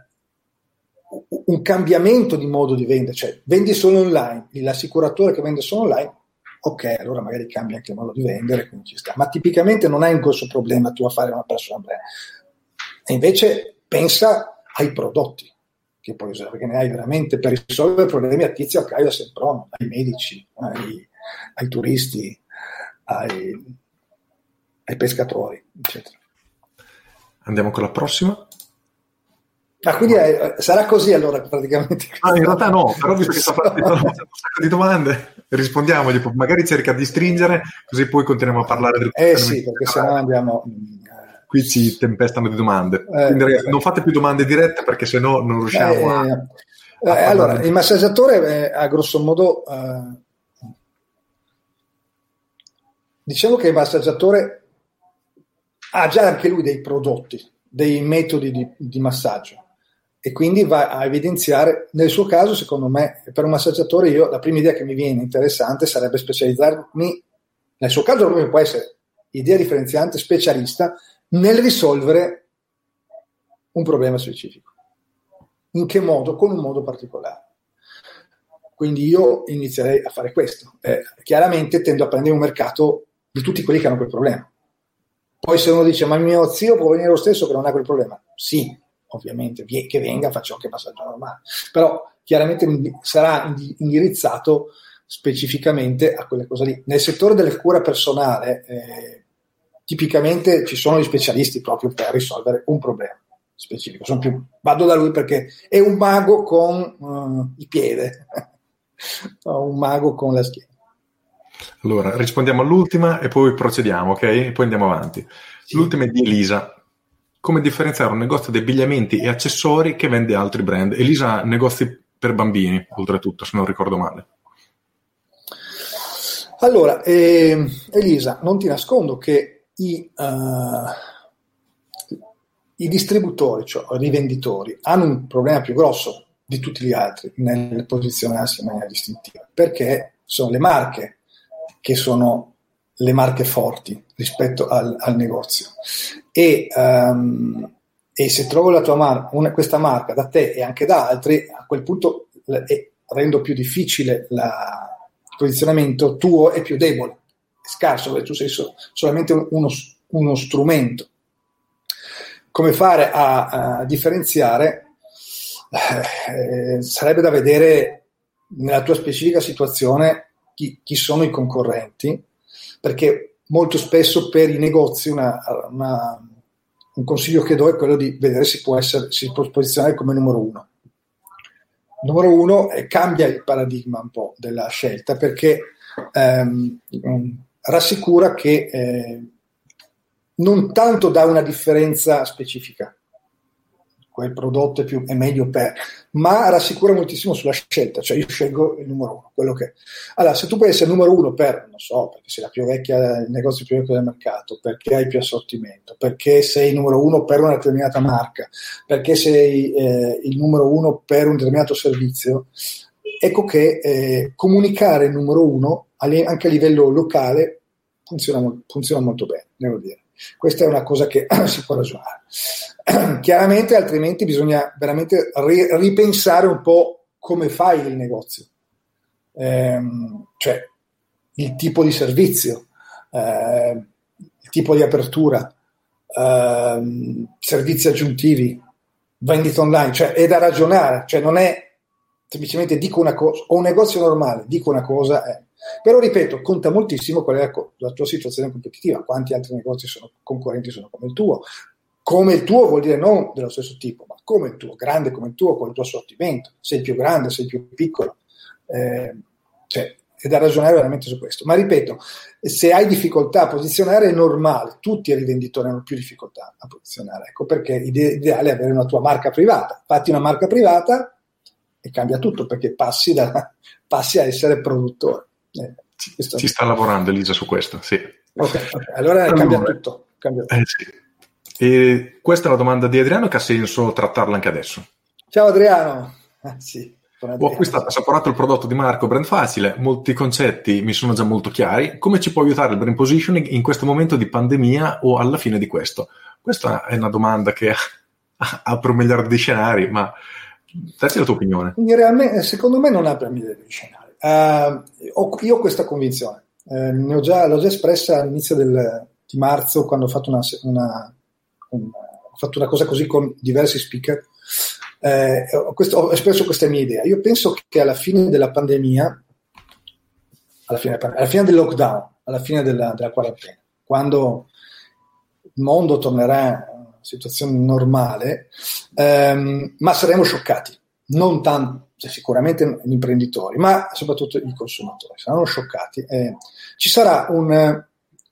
un cambiamento di modo di vendere, cioè vendi solo online, l'assicuratore che vende solo online, ok, allora magari cambia anche il modo di vendere, quindi ci sta, ma tipicamente non hai un grosso problema tu a fare una persona brand, e invece pensa ai prodotti che puoi usare, perché ne hai veramente per risolvere problemi a Tizio, a Caio, a Semprono, ai medici, ai, ai turisti, ai, ai pescatori, eccetera. Andiamo con la prossima. Ah, quindi eh, sarà così allora praticamente. Ah, in realtà no, però visto che sta partendo un sacco di domande, rispondiamogli, magari cerca di stringere, così poi continuiamo a parlare del Eh sì, perché sennò andiamo... Qui ci tempestano di domande. Eh, Quindi ragazzi, eh, non fate più domande dirette perché sennò non riusciamo eh, a, eh, a allora, di... il massaggiatore eh, a grosso modo eh, diciamo che il massaggiatore ha già anche lui dei prodotti, dei metodi di, di massaggio. e quindi va a evidenziare. Nel suo caso, secondo me, per un massaggiatore, io la prima idea che mi viene interessante sarebbe specializzarmi, nel suo caso proprio può essere idea differenziante, specialista nel risolvere un problema specifico. In che modo? Con un modo particolare. Quindi io inizierei a fare questo. Eh, chiaramente tendo a prendere un mercato di tutti quelli che hanno quel problema. Poi se uno dice, ma mio zio può venire lo stesso che non ha quel problema? Sì, ovviamente, che venga, faccio anche passaggio normale. Però chiaramente sarà indirizzato specificamente a quelle cose lì. Nel settore della cura personale, eh, tipicamente ci sono gli specialisti proprio per risolvere un problema specifico. Sono più, vado da lui perché è un mago con uh, il piede, un mago con la schiena. Allora, rispondiamo all'ultima e poi procediamo, ok? E poi andiamo avanti. Sì. L'ultima è di Elisa. Come differenziare un negozio di abbigliamenti e accessori che vende altri brand? Elisa, negozi per bambini, oltretutto, se non ricordo male. Allora, eh, Elisa, non ti nascondo che i, uh, i distributori, cioè i rivenditori, hanno un problema più grosso di tutti gli altri nel posizionarsi in maniera distintiva, perché sono le marche che sono le marche forti rispetto al, al negozio. E, um, e se trovo la tua marca, una, questa marca da te e anche da altri, a quel punto eh, rendo più difficile la, il posizionamento tuo, è più debole, è scarso, perché tu sei so, solamente uno, uno strumento. Come fare a, a differenziare? Eh, sarebbe da vedere nella tua specifica situazione chi, chi sono i concorrenti, perché molto spesso per i negozi una, una, un consiglio che do è quello di vedere se può essere, si può posizionare come numero uno. Numero uno eh, cambia il paradigma un po' della scelta, perché ehm, rassicura che eh, non tanto dà una differenza specifica, quel prodotto è, più, è meglio per, ma rassicura moltissimo sulla scelta, cioè io scelgo il numero uno, quello che è. Allora, se tu puoi essere il numero uno per, non so, perché sei la più vecchia, il negozio più vecchio del mercato, perché hai più assortimento, perché sei il numero uno per una determinata marca, perché sei eh, il numero uno per un determinato servizio, ecco che eh, comunicare il numero uno anche a livello locale funziona, funziona molto bene, devo dire. Questa è una cosa che si può ragionare. Chiaramente, altrimenti bisogna veramente ri- ripensare un po' come fai il negozio, ehm, cioè il tipo di servizio, eh, il tipo di apertura, eh, servizi aggiuntivi, vendita online, cioè è da ragionare, cioè non è semplicemente dico una cosa, o un negozio normale, dico una cosa, eh. Però ripeto, conta moltissimo qual è la, la tua situazione competitiva, quanti altri negozi sono concorrenti sono come il tuo. Come il tuo vuol dire non dello stesso tipo, ma come il tuo, grande come il tuo, con il tuo assortimento, sei più grande, sei più piccolo, eh, cioè è da ragionare veramente su questo. Ma ripeto, se hai difficoltà a posizionare è normale, tutti i rivenditori hanno più difficoltà a posizionare, ecco perché l'ideale è avere una tua marca privata, fatti una marca privata e cambia tutto, perché passi, da, passi a essere produttore. Eh, Ci sta lavorando Elisa su questo, sì. Ok, okay. Allora, allora cambia tutto. Cambia tutto. Eh, sì. E questa è la domanda di Adriano, che ha senso trattarla anche adesso. Ciao Adriano. Ah, sì, Ho acquistato, assaporato il prodotto di Marco, Brand Facile, molti concetti mi sono già molto chiari. Come ci può aiutare il brand positioning in questo momento di pandemia o alla fine di questo? Questa è una domanda che apre un miliardo di scenari, ma dacci la tua opinione. Realmente, secondo me non apre un miliardo di scenari. Uh, ho, io ho questa convinzione, uh, ne ho già, l'ho già espressa all'inizio del, di marzo, quando ho fatto una, una, una, ho fatto una cosa così con diversi speaker. Uh, questo, ho espresso questa mia idea. Io penso che alla fine della pandemia, alla fine, alla fine del lockdown, alla fine della, della quarantena, quando il mondo tornerà a una situazione normale, um, ma saremo scioccati, non tanto. Cioè, sicuramente gli imprenditori, ma soprattutto i consumatori saranno scioccati. Eh, ci sarà un,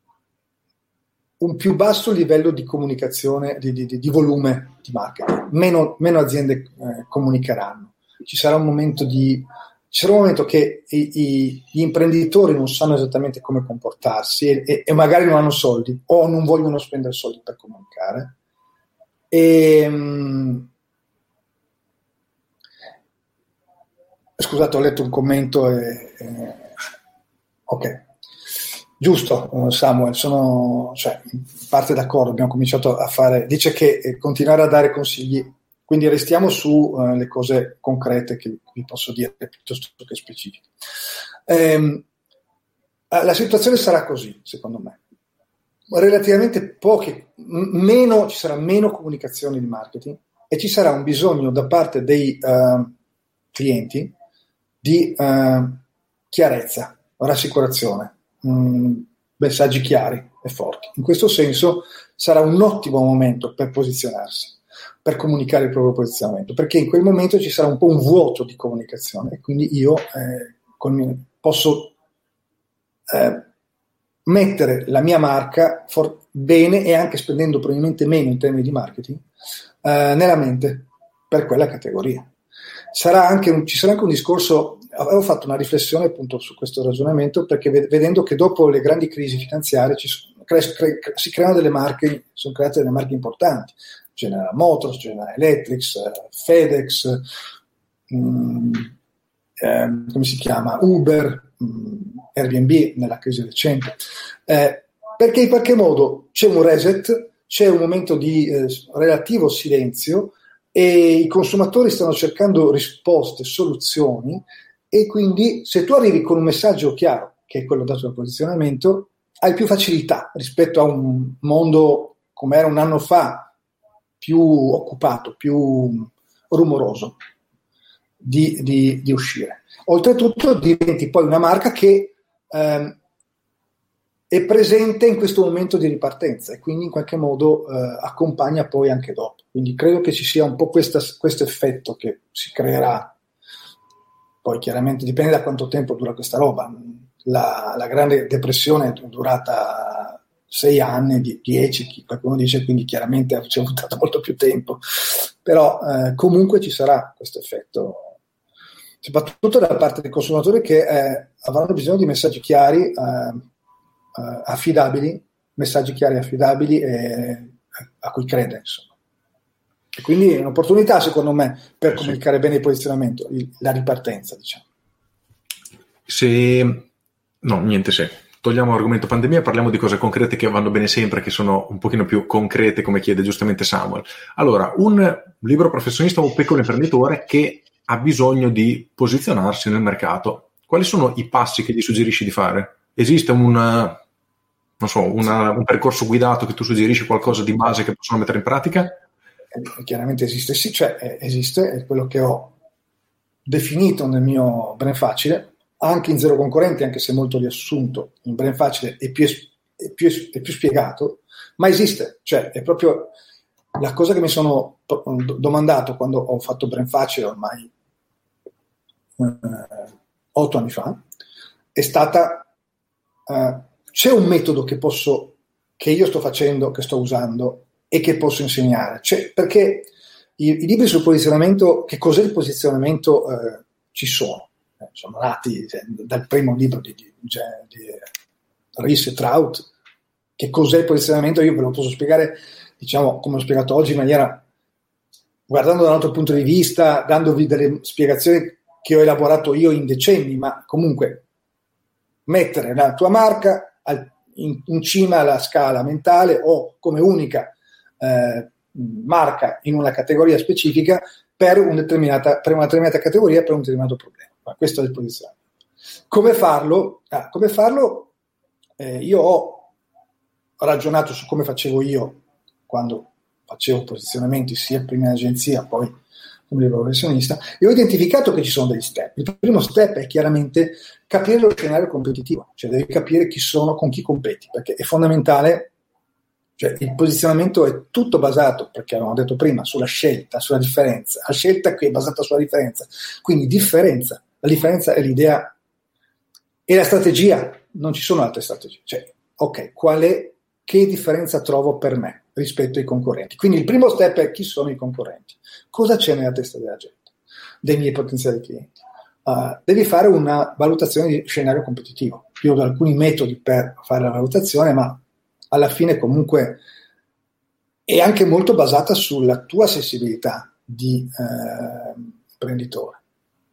un più basso livello di comunicazione, di, di, di volume di marketing, meno, meno aziende eh, comunicheranno. Ci sarà un momento di, ci sarà un momento che i, i, gli imprenditori non sanno esattamente come comportarsi e, e, e magari non hanno soldi o non vogliono spendere soldi per comunicare. E, scusate, ho letto un commento e, e... ok, giusto Samuel, sono cioè, in parte d'accordo, abbiamo cominciato a fare, dice che eh, continuare a dare consigli, quindi restiamo su uh, le cose concrete che vi posso dire piuttosto che specifiche. Ehm, la situazione sarà così, secondo me, relativamente poche, m- meno, ci sarà meno comunicazione di marketing e ci sarà un bisogno da parte dei uh, clienti di uh, chiarezza, rassicurazione, mh, messaggi chiari e forti. In questo senso sarà un ottimo momento per posizionarsi, per comunicare il proprio posizionamento, perché in quel momento ci sarà un po' un vuoto di comunicazione e quindi io eh, con, posso eh, mettere la mia marca for- bene e anche spendendo probabilmente meno in termini di marketing eh, nella mente per quella categoria. Sarà anche un, ci sarà anche un discorso, avevo fatto una riflessione appunto su questo ragionamento, perché vedendo che dopo le grandi crisi finanziarie ci, cre, cre, si creano delle marche, sono create delle marche importanti, General Motors, General Electric, FedEx, mh, eh, come si chiama, Uber, mh, Airbnb nella crisi recente, eh, perché in qualche modo c'è un reset, c'è un momento di eh, relativo silenzio e i consumatori stanno cercando risposte, soluzioni, e quindi se tu arrivi con un messaggio chiaro, che è quello dato dal posizionamento, hai più facilità rispetto a un mondo come era un anno fa, più occupato, più rumoroso, di, di, di uscire. Oltretutto diventi poi una marca che ehm, è presente in questo momento di ripartenza e quindi in qualche modo eh, accompagna poi anche dopo. Quindi credo che ci sia un po' questa, questo effetto che si creerà. Poi chiaramente dipende da quanto tempo dura questa roba. La, la grande depressione è durata sei anni, dieci, qualcuno dice, quindi chiaramente ci è voluto molto più tempo. Però eh, comunque ci sarà questo effetto, soprattutto da parte dei consumatori che eh, avranno bisogno di messaggi chiari, eh, Uh, affidabili, messaggi chiari e affidabili e a cui crede, insomma. E quindi è un'opportunità, secondo me, per eh, comunicare sì. bene il posizionamento, il, la ripartenza, diciamo. Se no, niente, se togliamo l'argomento pandemia, parliamo di cose concrete che vanno bene sempre, che sono un pochino più concrete, come chiede giustamente Samuel. Allora, un libero professionista o un piccolo imprenditore che ha bisogno di posizionarsi nel mercato, quali sono i passi che gli suggerisci di fare? Esiste un non so, una, un percorso guidato che tu suggerisci, qualcosa di base che possono mettere in pratica? Eh, chiaramente esiste, sì, cioè eh, esiste, è quello che ho definito nel mio Brand Facile, anche in Zero Concorrenti, anche se molto riassunto in Brand Facile è più, è più, è più spiegato, ma esiste, cioè è proprio la cosa che mi sono domandato quando ho fatto Brand Facile ormai eh, otto anni fa, è stata eh, c'è un metodo che posso, che io sto facendo, che sto usando e che posso insegnare. Cioè, perché i, i libri sul posizionamento, che cos'è il posizionamento, eh, ci sono. Eh, sono nati cioè, dal primo libro di, di, di Ries e Trout. Che cos'è il posizionamento? Io ve lo posso spiegare, diciamo, come l'ho spiegato oggi, in maniera, guardando da un altro punto di vista, dandovi delle spiegazioni che ho elaborato io in decenni, ma comunque mettere la tua marca In, in cima alla scala mentale o come unica eh, marca in una categoria specifica per, un determinata, per una determinata categoria, per un determinato problema. Ma questo è il posizionamento. Come farlo? Ah, come farlo? Eh, io ho ragionato su come facevo io quando facevo posizionamenti sia prima in agenzia, poi come libero professionista, e ho identificato che ci sono degli step. Il primo step è chiaramente capire lo scenario competitivo, cioè devi capire chi sono, con chi competi, perché è fondamentale, cioè il posizionamento è tutto basato, perché avevamo detto prima, sulla scelta, sulla differenza. La scelta qui è basata sulla differenza, quindi differenza. La differenza è l'idea e la strategia, non ci sono altre strategie. Cioè, ok, qual è, che differenza trovo per me rispetto ai concorrenti? Quindi il primo step è chi sono i concorrenti. Cosa c'è nella testa della gente, dei miei potenziali clienti? Uh, devi fare una valutazione di scenario competitivo. Io ho alcuni metodi per fare la valutazione, ma alla fine comunque è anche molto basata sulla tua sensibilità di eh, imprenditore.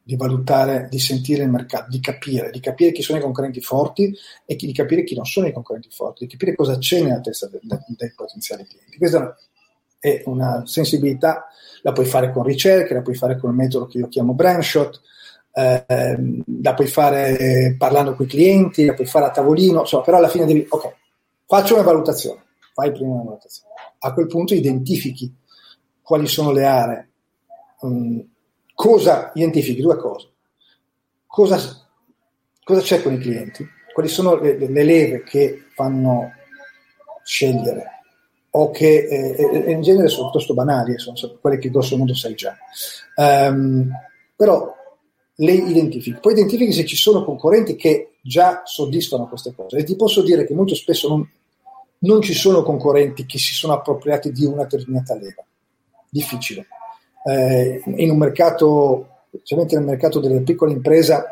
di valutare, di sentire il mercato, di capire, di capire chi sono i concorrenti forti e di capire chi non sono i concorrenti forti, di capire cosa c'è nella testa dei, dei potenziali clienti. Questa è una sensibilità, la puoi fare con ricerche, la puoi fare con il metodo che io chiamo brand shot, eh, la puoi fare parlando con i clienti, la puoi fare a tavolino, insomma, però alla fine devi, ok, faccio una valutazione, fai prima una valutazione. A quel punto identifichi quali sono le aree, um, cosa identifichi due cose, cosa, cosa c'è con i clienti, quali sono le, le leve che fanno scegliere o che eh, in genere sono piuttosto banali, sono quelle che grosso modo sai già, um, però le identifichi, poi identifichi se ci sono concorrenti che già soddisfano queste cose, e ti posso dire che molto spesso non, non ci sono concorrenti che si sono appropriati di una determinata leva, difficile. Eh, in un mercato, specialmente nel mercato delle piccole imprese,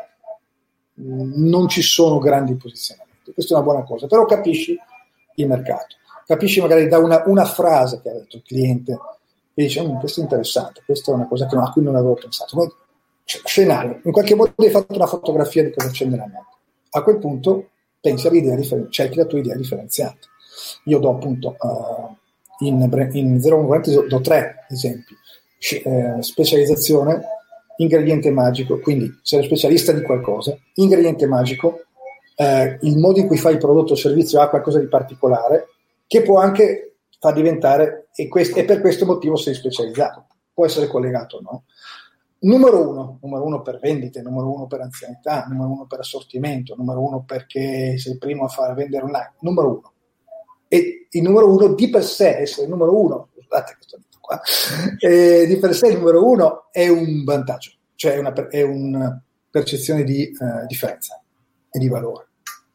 non ci sono grandi posizionamenti. Questa è una buona cosa, però capisci il mercato, capisci magari da una, una frase che ha detto il cliente e dici, mm, questo è interessante, questa è una cosa che no, a cui non avevo pensato. Ma, cioè, scenario, in qualche modo hai fatto una fotografia di cosa c'è nella mente. A quel punto pensi all'idea differen- cerchi la tua idea differenziante. Io do appunto uh, in, in zero concorrenti do, do tre esempi. Eh, specializzazione, ingrediente magico, quindi sei specialista di qualcosa, ingrediente magico, eh, il modo in cui fai il prodotto o servizio ha qualcosa di particolare che può anche far diventare, e, quest- e per questo motivo sei specializzato, può essere collegato o no. Numero uno, numero uno per vendite, numero uno per anzianità, numero uno per assortimento, numero uno perché sei il primo a fare vendere online, numero uno. E il numero uno di per sé, essere il numero uno, scusate questo qua, eh, di per sé il numero uno è un vantaggio, cioè una, è una percezione di eh, differenza e di valore.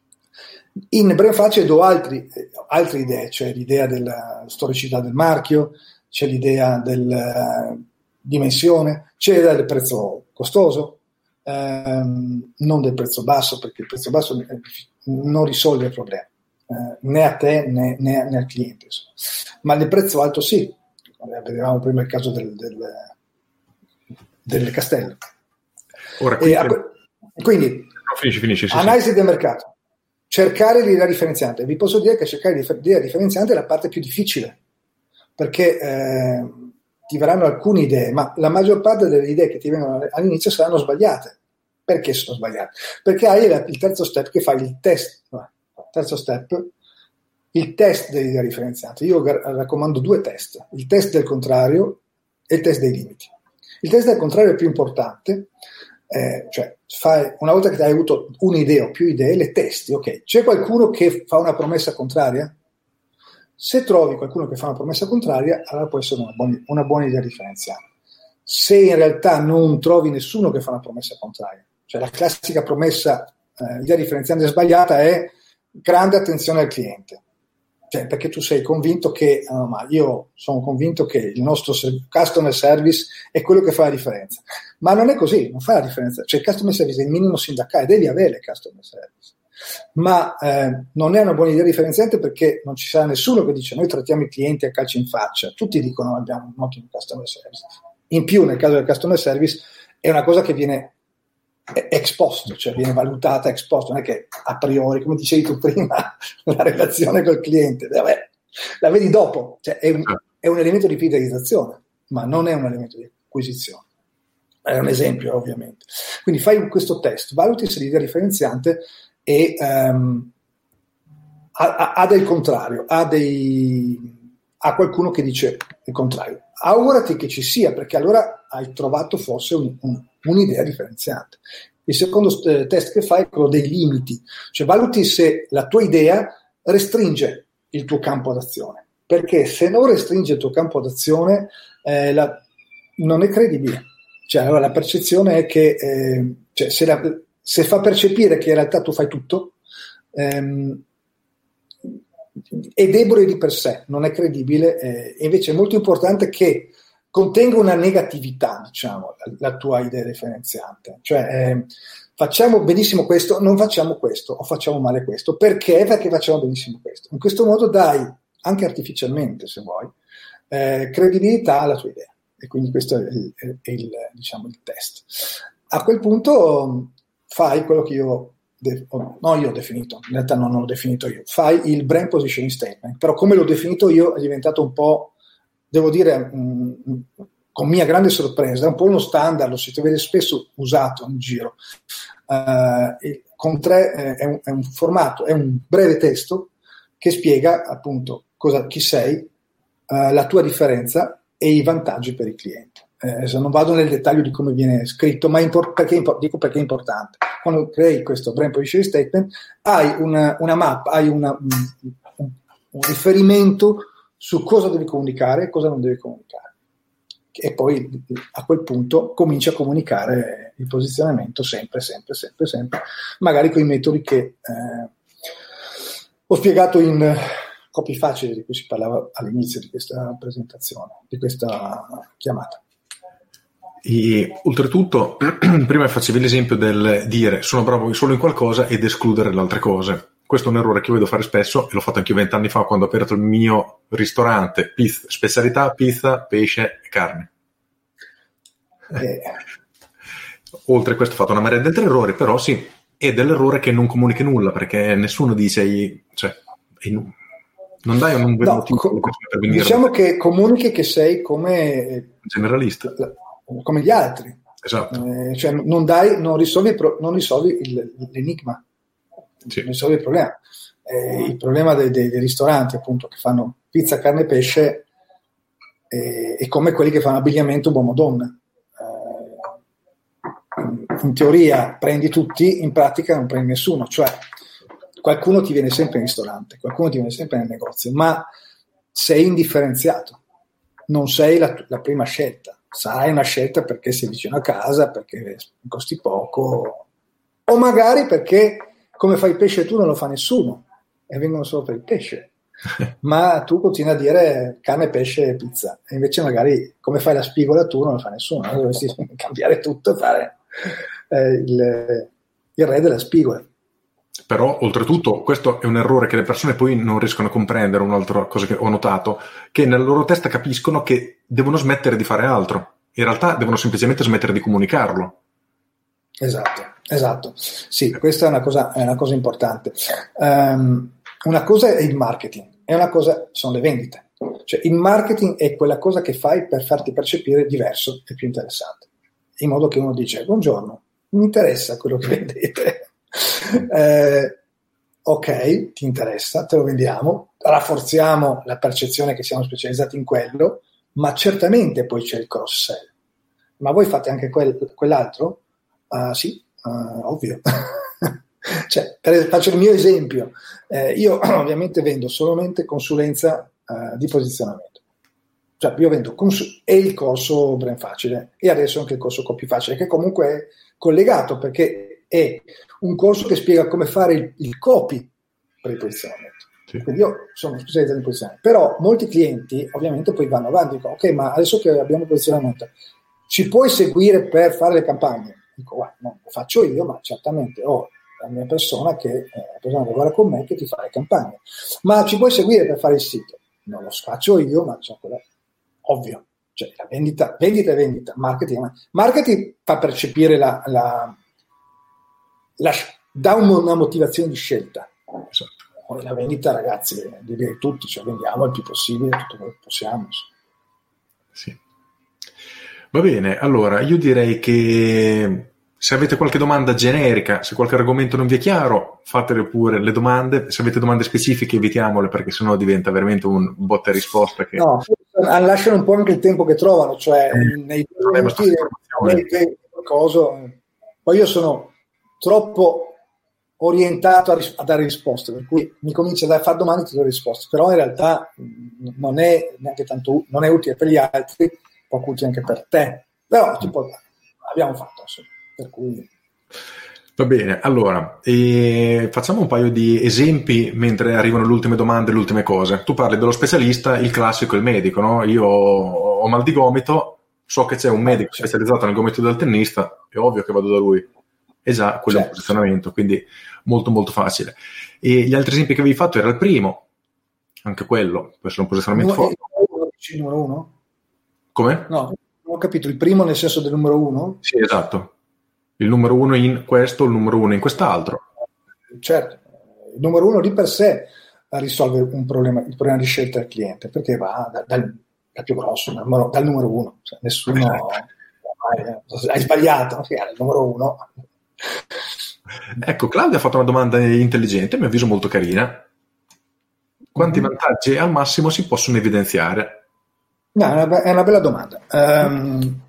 In breve facile do altri, eh, altre idee, c'è l'idea della storicità del marchio, c'è l'idea della dimensione, c'è l'idea del prezzo costoso, ehm, non del prezzo basso, perché il prezzo basso non risolve il problema, eh, né a te né, né, né al cliente, insomma. Ma del prezzo alto sì. Vedevamo prima il caso del, del, del castello. Ora, qui e, quindi no, finisci, finisci, sì, analisi sì. del mercato, cercare l'idea differenziante. Vi posso dire che cercare l'idea differenziante è la parte più difficile, perché eh, ti verranno alcune idee, ma la maggior parte delle idee che ti vengono all'inizio saranno sbagliate. Perché sono sbagliate? Perché hai il terzo step che fai il test, no, terzo step il test dell'idea differenziante. Io raccomando due test, il test del contrario e il test dei limiti. Il test del contrario è più importante, eh, cioè fai, una volta che hai avuto un'idea o più idee, le testi, ok, c'è qualcuno che fa una promessa contraria? Se trovi qualcuno che fa una promessa contraria, allora può essere una buona, una buona idea differenziante. Se in realtà non trovi nessuno che fa una promessa contraria, cioè la classica promessa, eh, idea differenziante sbagliata è grande attenzione al cliente. Cioè, perché tu sei convinto che, no, ma io sono convinto che il nostro customer service è quello che fa la differenza. Ma non è così, non fa la differenza. Cioè, il customer service è il minimo sindacale, devi avere il customer service. Ma eh, non è una buona idea differenziante perché non ci sarà nessuno che dice noi trattiamo i clienti a calci in faccia. Tutti dicono abbiamo un ottimo customer service. In più, nel caso del customer service, è una cosa che viene ex post, cioè viene valutata ex post, non è che a priori, come dicevi tu prima, la relazione col cliente, vabbè, la vedi dopo, cioè è un, è un elemento di fidelizzazione, ma non è un elemento di acquisizione. È un esempio, ovviamente. Quindi fai questo test, valuti se l'idea differenziante e um, ha, ha del contrario, ha, dei, ha qualcuno che dice il contrario. Augurati che ci sia, perché allora hai trovato forse un, un, un'idea differenziante. Il secondo test che fai è quello dei limiti, cioè valuti se la tua idea restringe il tuo campo d'azione, perché se non restringe il tuo campo d'azione eh, la, non è credibile. Cioè, allora la percezione è che eh, cioè, se, la, se fa percepire che in realtà tu fai tutto, ehm, è debole di per sé, non è credibile, eh, e invece è molto importante che contenga una negatività, diciamo, la, la tua idea differenziante. Cioè, eh, facciamo benissimo questo, non facciamo questo, o facciamo male questo. Perché? Perché facciamo benissimo questo. In questo modo dai, anche artificialmente, se vuoi, eh, credibilità alla tua idea. E quindi questo è il, è il, diciamo, il test. a quel punto fai quello che io, de- no io ho definito, in realtà non l'ho definito io, fai il brand positioning statement, però come l'ho definito io è diventato un po', devo dire, mh, con mia grande sorpresa, è un po' uno standard, lo si vede spesso usato in giro, uh, con tre, eh, è, un, è un formato, è un breve testo che spiega appunto cosa, chi sei, uh, la tua differenza e i vantaggi per il cliente. Eh, se non vado nel dettaglio di come viene scritto, ma impor- perché, dico perché è importante. Quando crei questo brand positioning statement hai una, una mappa, hai una, un, un, un riferimento su cosa devi comunicare e cosa non devi comunicare, e poi a quel punto cominci a comunicare il posizionamento sempre, sempre, sempre, sempre, magari con i metodi che eh, ho spiegato in Copy Facile, di cui si parlava all'inizio di questa presentazione, di questa chiamata. E oltretutto, prima facevi l'esempio del dire sono bravo solo in qualcosa ed escludere le altre cose. Questo è un errore che io vedo fare spesso e l'ho fatto anche io vent'anni fa quando ho aperto il mio ristorante, pizza, specialità, pizza, pesce e carne. Eh. Oltre a questo ho fatto una marea di altri errori, però sì, è dell'errore che non comunichi nulla, perché nessuno dice, cioè, non dai un vero no, motivo co- per venire. Diciamo che comunichi che sei come generalista, come gli altri. Esatto. Eh, cioè non dai, non risolvi, non risolvi il, l'enigma, sì. non risolvi il problema. Eh, il problema dei, dei, dei ristoranti, appunto, che fanno pizza, carne e pesce, eh, è come quelli che fanno abbigliamento uomo-donna. Eh, in teoria prendi tutti, in pratica non prendi nessuno, cioè qualcuno ti viene sempre in ristorante, qualcuno ti viene sempre nel negozio, ma sei indifferenziato, non sei la, la prima scelta. Sarai una scelta perché sei vicino a casa, perché costi poco, o magari perché come fai il pesce tu non lo fa nessuno e vengono solo per il pesce, ma tu continui a dire carne, pesce e pizza, e invece magari come fai la spigola tu non lo fa nessuno, no? Dovresti cambiare tutto e fare eh, il, il re della spigola. Però oltretutto questo è un errore che le persone poi non riescono a comprendere. Un'altra cosa che ho notato, che nella loro testa capiscono che devono smettere di fare altro, in realtà devono semplicemente smettere di comunicarlo. Esatto, esatto, sì, questa è una cosa, è una cosa importante. Um, una cosa è il marketing e una cosa sono le vendite. Cioè il marketing è quella cosa che fai per farti percepire diverso e più interessante, in modo che uno dice buongiorno, mi interessa quello che vendete. Eh, ok, ti interessa, te lo vendiamo, rafforziamo la percezione che siamo specializzati in quello, ma certamente poi c'è il cross sell. Ma voi fate anche quel, quell'altro? Uh, sì, uh, ovvio. Cioè, per, faccio il mio esempio, eh, io ovviamente vendo solamente consulenza uh, di posizionamento, cioè io vendo cons- e il corso Brand Facile e adesso anche il corso Copy Facile, che comunque è collegato perché è un corso che spiega come fare il, il copy per il posizionamento. Sì. Quindi io sono specializzato in posizionamento, però molti clienti ovviamente poi vanno avanti, dicono ok, ma adesso che abbiamo il posizionamento ci puoi seguire per fare le campagne? Dico guarda, non lo faccio io, ma certamente ho la mia persona che eh, la persona che lavora con me che ti fa le campagne. Ma ci puoi seguire per fare il sito? Non lo faccio io, ma c'è quella ovvio, cioè la vendita, vendita e vendita, marketing, marketing fa percepire la, la La, dà una motivazione di scelta. Esatto. La vendita, ragazzi, devi tutti, cioè vendiamo il più possibile tutto quello che possiamo. Sì. Va bene, allora io direi che se avete qualche domanda generica, se qualche argomento non vi è chiaro, fatele pure le domande. Se avete domande specifiche evitiamole, perché sennò diventa veramente un botta e risposta che... No, lasciano un po' anche il tempo che trovano, cioè eh, nei due minuti qualcosa. Poi io sono troppo orientato a, ris- a dare risposte, per cui mi comincio a fare domande e ti do risposte, però in realtà mh, non è neanche tanto, non è utile per gli altri, poco utile anche per te, però tipo, abbiamo fatto, insomma, per cui... Va bene, allora e facciamo un paio di esempi mentre arrivano le ultime domande, le ultime cose. Tu parli dello specialista, il classico, il medico, no? Io ho mal di gomito, so che c'è un medico certo. specializzato nel gomito del tennista, è ovvio che vado da lui. E già quello certo. è un posizionamento, quindi molto molto facile. E gli altri esempi che avevi fatto era il primo, anche quello può essere un posizionamento forte. Il numero uno? Come? No, non ho capito, il primo nel senso del numero uno? Sì, esatto. Il numero uno in questo, il numero uno in quest'altro. Certo, il numero uno di per sé risolve un problema, il problema di scelta del cliente, perché va da, dal, dal più grosso, dal numero, dal numero uno. Cioè, nessuno hai, hai sbagliato, è il numero uno. Ecco, Claudia ha fatto una domanda intelligente, a mio avviso molto carina. Quanti mm-hmm. vantaggi al massimo si possono evidenziare? No, è una, è una bella domanda. Um,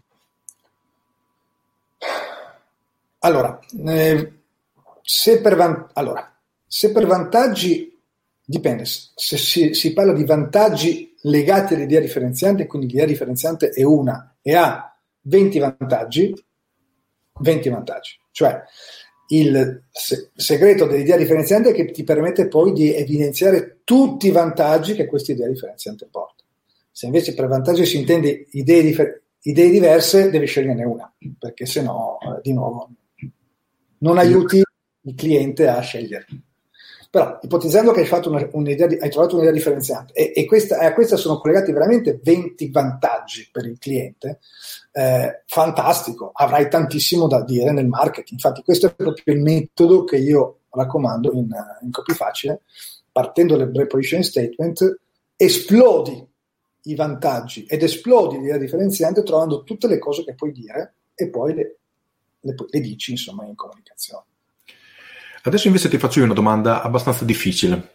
allora, eh, se per van- allora, se per vantaggi dipende, se si, si parla di vantaggi legati all'idea differenziante, quindi l'idea differenziante è una e ha venti vantaggi, venti vantaggi, cioè il se- segreto dell'idea differenziante è che ti permette poi di evidenziare tutti i vantaggi che questa idea differenziante porta. Se invece per vantaggi si intende idee, differ- idee diverse, devi sceglierne una, perché se no, eh, di nuovo, non aiuti il cliente a scegliere. Però, ipotizzando che hai, fatto una, un'idea di, hai trovato un'idea differenziante e, e questa, a questa sono collegati veramente venti vantaggi per il cliente, eh, fantastico, avrai tantissimo da dire nel marketing. Infatti questo è proprio il metodo che io raccomando in, in Copy Facile. Partendo dal Preposition Statement, esplodi i vantaggi ed esplodi l'idea differenziante trovando tutte le cose che puoi dire e poi le, le, le dici insomma in comunicazione. Adesso invece ti faccio io una domanda abbastanza difficile.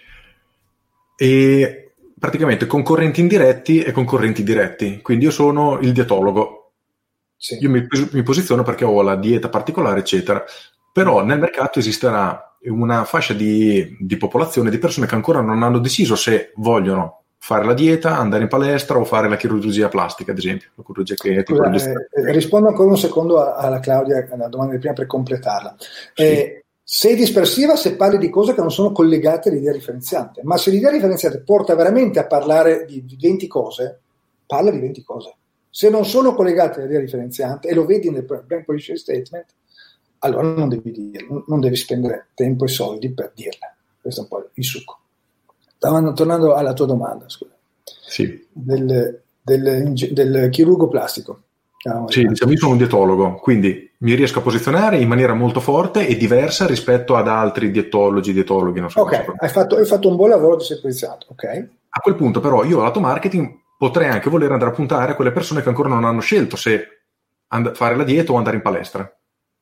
E praticamente concorrenti indiretti e concorrenti diretti. Quindi io sono il dietologo. Sì. Io mi, mi posiziono perché ho la dieta particolare, eccetera. Però nel mercato esisterà una fascia di, di popolazione, di persone che ancora non hanno deciso se vogliono fare la dieta, andare in palestra o fare la chirurgia plastica, ad esempio. La chirurgia che è tipo Scusa, eh, rispondo ancora un secondo alla Claudia, alla domanda di prima per completarla. Sì. Eh, sei dispersiva se parli di cose che non sono collegate all'idea differenziante, ma se l'idea differenziante porta veramente a parlare di venti cose, parla di venti cose. Se non sono collegate all'idea differenziante e lo vedi nel Brand Position Statement, allora non devi dirlo, non devi spendere tempo e soldi per dirla. Questo è un po' il succo. Stavano tornando alla tua domanda, scusa. Sì. Del, del, del chirurgo plastico. Sì, diciamo, io sono un dietologo, quindi mi riesco a posizionare in maniera molto forte e diversa rispetto ad altri dietologi, dietologhi, non so. Ok, hai fatto, hai fatto un buon lavoro, ti sei posizionato, ok. A quel punto però io lato marketing potrei anche voler andare a puntare a quelle persone che ancora non hanno scelto se and- fare la dieta o andare in palestra.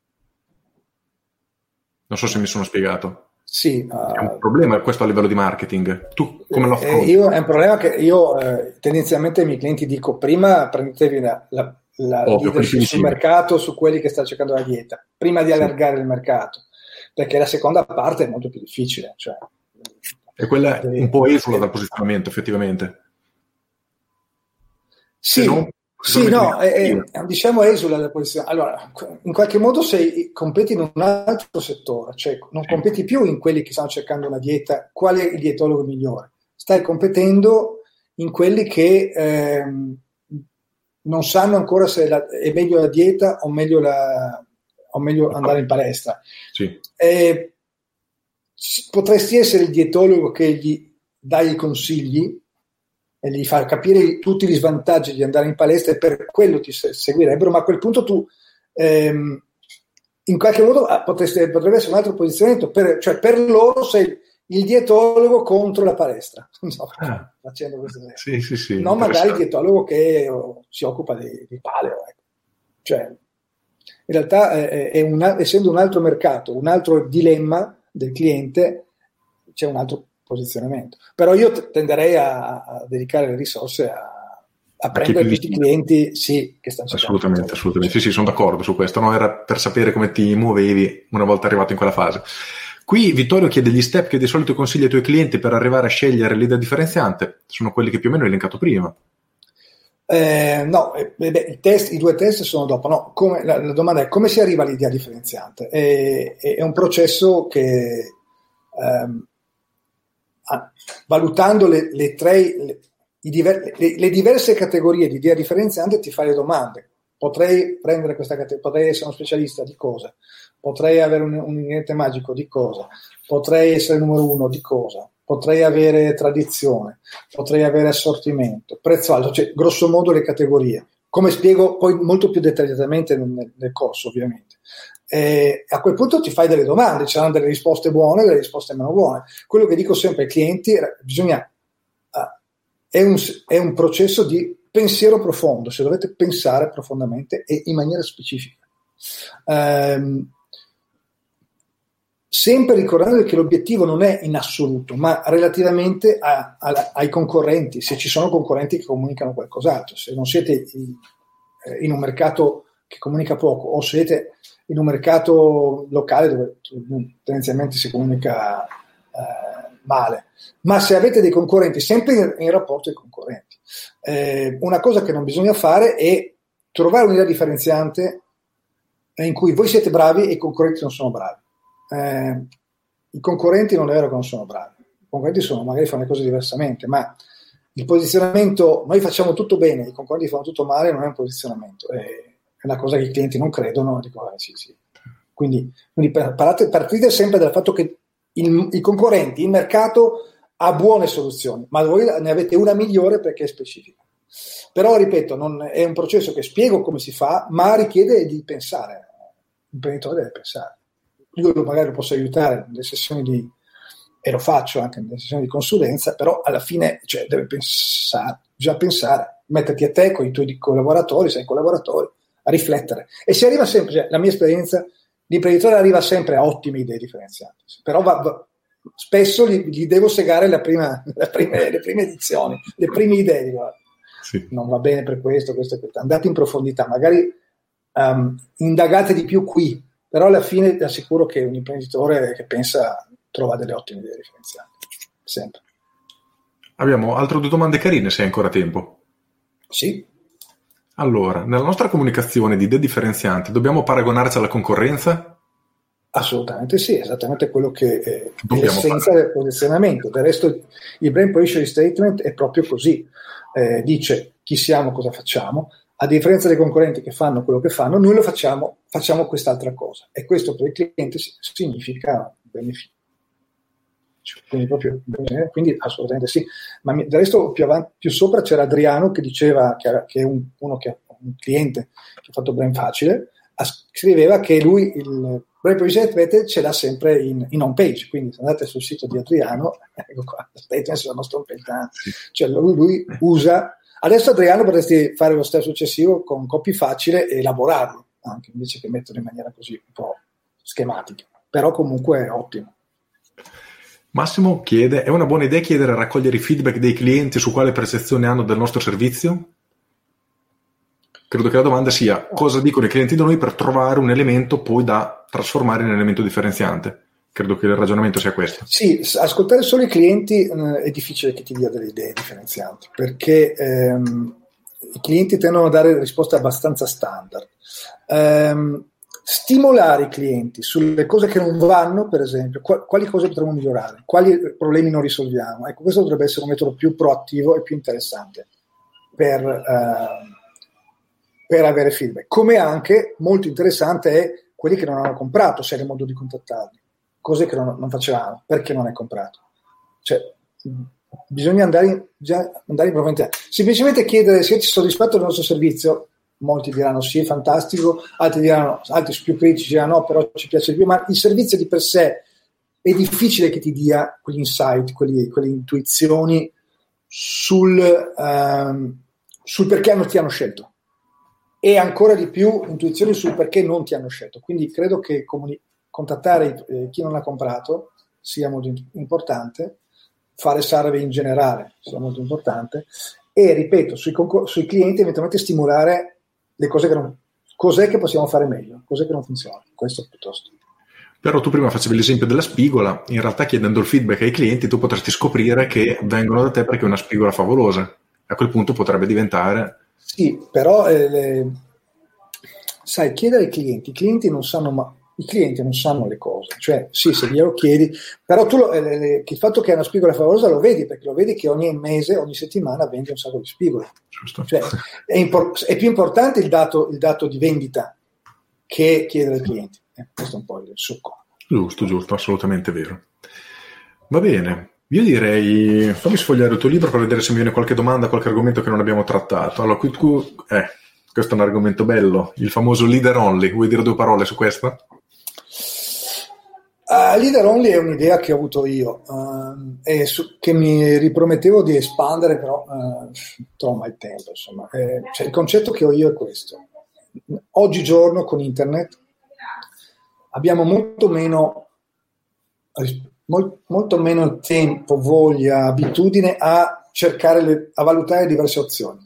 Non so se mi sono spiegato. Sì. Uh, è un problema questo a livello di marketing. Tu come lo affronti? Eh, io, è un problema che io eh, tendenzialmente ai miei clienti dico: prima prendetevi la, la, la Ovvio, leadership sul mercato su quelli che sta cercando la dieta, prima di allargare sì. il mercato, perché la seconda parte è molto più difficile. Cioè, e quella è un po' esula dal posizionamento, effettivamente. Sì, non, sì no, è, è, diciamo esula dalla posizione. Allora, in qualche modo sei, competi in un altro settore, cioè non sì. competi più in quelli che stanno cercando una dieta, qual è il dietologo migliore, stai competendo in quelli che ehm, non sanno ancora se la, è meglio la dieta o meglio, la, o meglio andare in palestra. Sì. Eh, potresti essere il dietologo che gli dai i consigli e gli fa capire tutti gli svantaggi di andare in palestra e per quello ti seguirebbero, ma a quel punto tu ehm, in qualche modo potresti, potrebbe essere un altro posizionamento, per, cioè per loro sei il dietologo contro la palestra, no, ah. facendo questo esempio. Sì, sì, sì, non magari il dietologo che oh, si occupa di, di paleo, ecco. Cioè, in realtà è, è una, essendo un altro mercato, un altro dilemma del cliente, c'è un altro posizionamento. Però io t- tenderei a, a dedicare le risorse a, a prendere tutti i clienti sì, che stanno cercando. Assolutamente, assolutamente. Sì, sì, sono d'accordo su questo. No, era per sapere come ti muovevi una volta arrivato in quella fase. Qui Vittorio chiede gli step che di solito consigli ai tuoi clienti per arrivare a scegliere l'idea differenziante. Sono quelli che più o meno hai elencato prima. Eh, no, eh, beh, i, test, i due test sono dopo. No, come, la, la domanda è come si arriva all'idea differenziante? È, è, è un processo che ehm, ah, valutando le, le tre le, i diver, le, le diverse categorie di idea differenziante ti fai le domande. Potrei prendere questa categoria, potrei essere uno specialista di cosa? Potrei avere un, un ingrediente magico di cosa? Potrei essere il numero uno di cosa? Potrei avere tradizione, potrei avere assortimento, prezzo alto, cioè grosso modo le categorie. come spiego poi molto più dettagliatamente nel, nel corso, ovviamente. Eh, a quel punto ti fai delle domande, c'erano delle risposte buone e delle risposte meno buone. Quello che dico sempre ai clienti, bisogna uh, è, un, è un processo di pensiero profondo, se dovete pensare profondamente e in maniera specifica. Um, sempre ricordando che l'obiettivo non è in assoluto, ma relativamente a, a, ai concorrenti, se ci sono concorrenti che comunicano qualcos'altro. Se non siete in, in un mercato che comunica poco, o siete in un mercato locale dove tendenzialmente si comunica eh, male, ma se avete dei concorrenti, sempre in, in rapporto ai concorrenti. Eh, una cosa che non bisogna fare è trovare un'idea differenziante in cui voi siete bravi e i concorrenti non sono bravi. Eh, i concorrenti non è vero che non sono bravi, i concorrenti sono, magari fanno le cose diversamente, ma il posizionamento, noi facciamo tutto bene, i concorrenti fanno tutto male, non è un posizionamento, è, è una cosa che i clienti non credono, dico, eh, sì, sì. Quindi, quindi partite, partite sempre dal fatto che il, i concorrenti, il mercato ha buone soluzioni, ma voi ne avete una migliore perché è specifica. Però ripeto, non, è un processo che spiego come si fa, ma richiede di pensare, l'imprenditore deve pensare. Io magari lo posso aiutare nelle sessioni di, e lo faccio anche nelle sessioni di consulenza, però alla fine, cioè, deve pensare, già pensare, metterti a te con i tuoi collaboratori, sei collaboratori, a riflettere. E si arriva sempre, cioè, la mia esperienza, l'imprenditore arriva sempre a ottime idee differenziate, però va, va, spesso gli, gli devo segare la prima, la prime, le prime edizioni, le prime idee, dico, sì. Non va bene per questo, questo e questo, andate in profondità, magari um, indagate di più qui, però alla fine ti assicuro che un imprenditore che pensa trova delle ottime idee differenziate, sempre. Abbiamo altre due domande carine, se hai ancora tempo. Sì. Allora, nella nostra comunicazione di idee differenzianti dobbiamo paragonarci alla concorrenza? Assolutamente sì, esattamente quello che è l'essenza del posizionamento. Del resto il brand positioning statement è proprio così, eh, dice chi siamo, cosa facciamo. A differenza dei concorrenti che fanno quello che fanno, noi lo facciamo, facciamo quest'altra cosa. E questo per il cliente significa beneficio. Quindi, proprio, quindi assolutamente sì. Ma del resto più, avanti, più sopra c'era Adriano che diceva, che, che è un, uno che un cliente che ha fatto Brand Facile, scriveva che lui il Brand Positioning ce l'ha sempre in, in home page. Quindi se andate sul sito di Adriano, ecco qua, aspetta, sulla nostra home page, cioè lui, lui usa. Adesso Adriano potresti fare lo step successivo con Copy Facile e elaborarlo anche, invece che metterlo in maniera così un po' schematica, però comunque è ottimo. Massimo chiede, è una buona idea chiedere e raccogliere i feedback dei clienti su quale percezione hanno del nostro servizio? Credo che la domanda sia cosa dicono i clienti di noi per trovare un elemento poi da trasformare in elemento differenziante. Credo che il ragionamento sia questo. Sì, ascoltare solo i clienti eh, è difficile che ti dia delle idee differenzianti, perché ehm, i clienti tendono a dare risposte abbastanza standard. Ehm, stimolare i clienti sulle cose che non vanno, per esempio, quali, quali cose potremmo migliorare, quali problemi non risolviamo. Ecco, questo dovrebbe essere un metodo più proattivo e più interessante per, eh, per avere feedback. Come anche molto interessante è quelli che non hanno comprato, se è il modo di contattarli. Cose che non, non facevamo, perché non hai comprato? Cioè, bisogna andare in, già, andare in profondità. Semplicemente chiedere se ci soddisfatto del nostro servizio, molti diranno sì, è fantastico, altri diranno, altri più critici diranno no, però ci piace di più, ma il servizio di per sé è difficile che ti dia quegli insight, quelli, quelle intuizioni sul, um, sul perché hanno, ti hanno scelto, e ancora di più intuizioni sul perché non ti hanno scelto. Quindi credo che comuni- contattare eh, chi non ha comprato sia molto importante, fare survey in generale sia molto importante, e ripeto, sui, concor- sui clienti eventualmente stimolare le cose che non, cos'è che possiamo fare meglio, cos'è che non funziona, questo piuttosto. Però tu prima facevi l'esempio della spigola, in realtà chiedendo il feedback ai clienti tu potresti scoprire che vengono da te perché è una spigola favolosa, a quel punto potrebbe diventare... Sì, però eh, le... sai, chiedere ai clienti, i clienti non sanno ma i clienti non sanno le cose, cioè sì, se glielo chiedi, però tu lo, eh, il fatto che è una spigola favolosa lo vedi, perché lo vedi che ogni mese, ogni settimana vendi un sacco di spigole. Cioè, è, impor- è più importante il dato, il dato di vendita che chiedere ai clienti. Eh, questo è un po' il succo. Giusto, giusto, assolutamente vero. Va bene, io direi, fammi sfogliare il tuo libro per vedere se mi viene qualche domanda, qualche argomento che non abbiamo trattato. Allora, qui tu... Eh. questo è un argomento bello, il famoso leader only. Vuoi dire due parole su questo? Uh, leader only è un'idea che ho avuto io uh, e su, che mi ripromettevo di espandere, però uh, non trovo mai il tempo, insomma. Eh, cioè, il concetto che ho io è questo: oggigiorno con internet abbiamo molto meno mol, molto meno tempo, voglia, abitudine a cercare le, a valutare diverse opzioni,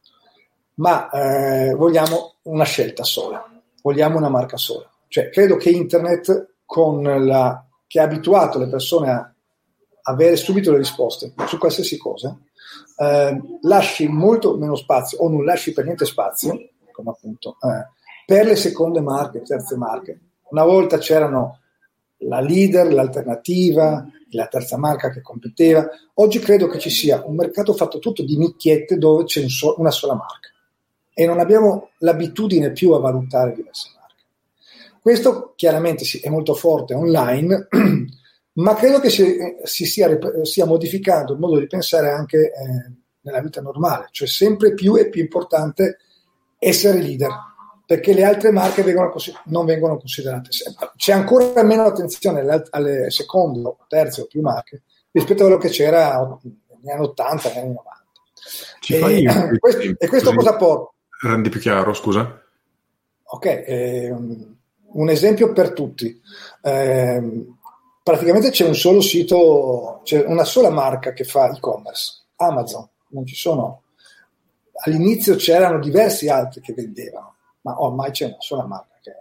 ma eh, vogliamo una scelta sola, vogliamo una marca sola. Cioè, credo che internet, con la, che ha abituato le persone a avere subito le risposte su qualsiasi cosa, eh, lasci molto meno spazio, o non lasci per niente spazio, come appunto, eh, per le seconde marche, terze marche. Una volta c'erano la leader, l'alternativa, la terza marca che competeva. Oggi credo che ci sia un mercato fatto tutto di nicchiette dove c'è un so, una sola marca, e non abbiamo l'abitudine più a valutare diverse marche. Questo chiaramente è molto forte online, ma credo che si, si sia, sia modificando il modo di pensare anche eh, nella vita normale, cioè sempre più è più importante essere leader, perché le altre marche vengono, non vengono considerate. C'è ancora meno attenzione alle, alle seconde o terze o più marche rispetto a quello che c'era negli anni ottanta, negli anni novanta. Ci e, fai e questo, e questo cosa porta? Rendi più chiaro, scusa. Ok, eh, un esempio per tutti. Eh, praticamente c'è un solo sito, c'è una sola marca che fa e-commerce, Amazon. Non ci sono. All'inizio c'erano diversi altri che vendevano, ma ormai c'è una sola marca. Che,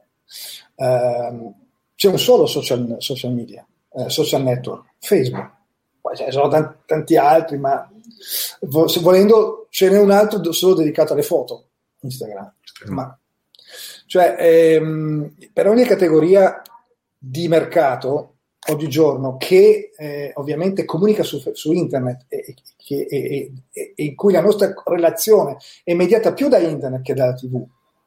eh, c'è un solo social, social media, eh, social network, Facebook. Poi ce ne sono tanti, tanti altri, ma vo- se volendo ce n'è un altro solo dedicato alle foto, Instagram. Mm. Ma, cioè, ehm, per ogni categoria di mercato oggigiorno che eh, ovviamente comunica su, su internet e, e, e, e, e in cui la nostra relazione è mediata più da internet che dalla tivù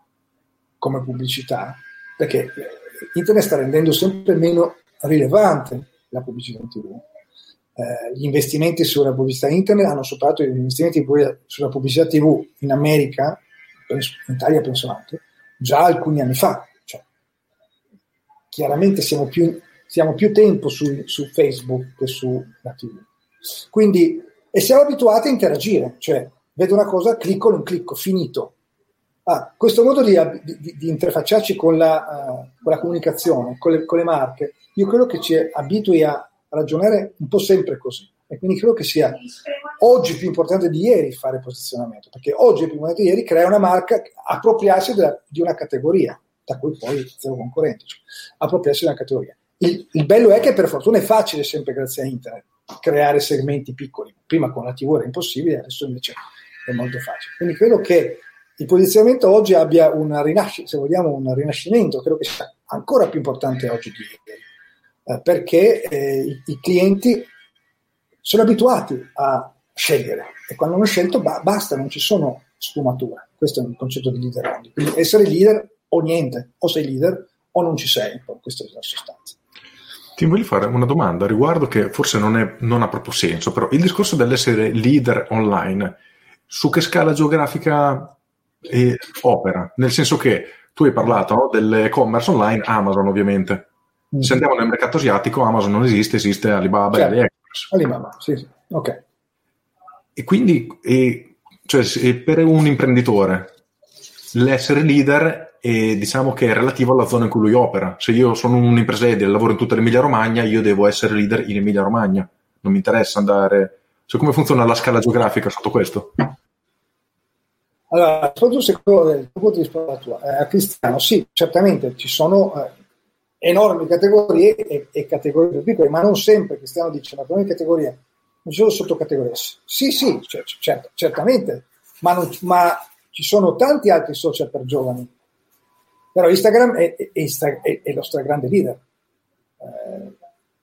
come pubblicità, perché internet sta rendendo sempre meno rilevante la pubblicità in tivù. Eh, gli investimenti sulla pubblicità internet hanno superato gli investimenti sulla pubblicità tivù in America, in Italia penso anche, già alcuni anni fa. Cioè, chiaramente siamo più, siamo più tempo su, su Facebook che sulla tivù. Quindi, e siamo abituati a interagire, cioè vedo una cosa, clicco, non clicco, finito. Ah, questo modo di, di, di interfacciarci con la, uh, con la comunicazione, con le, con le marche, io credo che ci abitui a ragionare un po' sempre così, e quindi credo che sia oggi più importante di ieri fare posizionamento, perché oggi è più importante di ieri creare una marca, appropriarsi della, di una categoria, da cui poi zero concorrenti, cioè, appropriarsi di una categoria. Il, il bello è che per fortuna è facile sempre grazie a internet creare segmenti piccoli, prima con la tivù era impossibile, adesso invece è molto facile, quindi credo che il posizionamento oggi abbia una rinascita, se vogliamo un rinascimento, credo che sia ancora più importante oggi di ieri. Eh, perché eh, i, i clienti sono abituati a scegliere, e quando hanno scelto ba- basta, non ci sono sfumature. Questo è il concetto di leader only. Quindi essere leader o niente, o sei leader o non ci sei, questa è la sostanza. Ti voglio fare una domanda riguardo che forse non, è, non ha proprio senso, però il discorso dell'essere leader online, su che scala geografica eh, opera? Nel senso che tu hai parlato, no, dell'e-commerce online, Amazon ovviamente. Se andiamo nel mercato asiatico, Amazon non esiste, esiste Alibaba, certo. e AliExpress. Alibaba, sì, sì, ok. E quindi, e, cioè, se per un imprenditore, l'essere leader è, diciamo che è relativo alla zona in cui lui opera. Se io sono un impresario e lavoro in tutta l'Emilia Romagna, io devo essere leader in Emilia Romagna. Non mi interessa andare... Cioè, come funziona la scala geografica sotto questo? Allora, sotto il secondo punto di vista tua, eh, Cristiano, sì, certamente ci sono... Eh, enormi categorie e, e categorie più piccole, ma non sempre, che stiamo dicendo, per ogni categoria non ci sono sottocategorie. Sì, sì, cioè, certo, certamente, ma, non, ma ci sono tanti altri social per giovani, però Instagram è, è, è, è, è lo stragrande leader. Eh,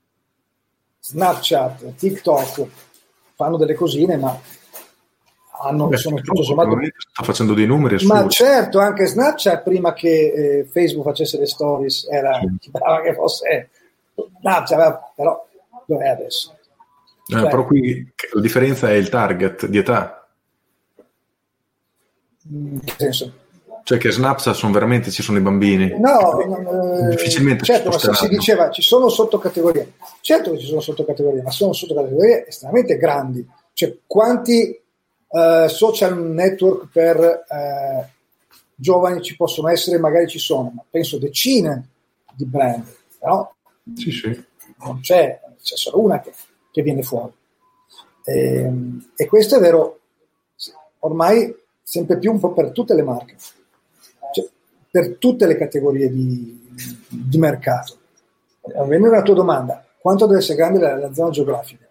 Snapchat, TikTok fanno delle cosine, ma hanno, Beh, sono tutto sommato... sta facendo dei numeri assurdi. Ma certo, anche Snapchat prima che eh, Facebook facesse le stories era sì. che fosse Snapchat, però dov'è adesso? Eh, cioè, però qui la differenza è il target di età. In che senso? Cioè che Snapchat sono veramente, ci sono i bambini. No, eh, difficilmente certo, si, si diceva ci sono sottocategorie. Certo che ci sono sottocategorie, ma sono sottocategorie estremamente grandi. Cioè, quanti uh, social network per uh, giovani ci possono essere? Magari ci sono, ma penso decine di brand, però sì, sì. non c'è, c'è solo una che, che viene fuori. E, e questo è vero ormai sempre più un po' per tutte le marche, cioè, per tutte le categorie di, di mercato. Venendo alla tua domanda, quanto deve essere grande la, la zona geografica?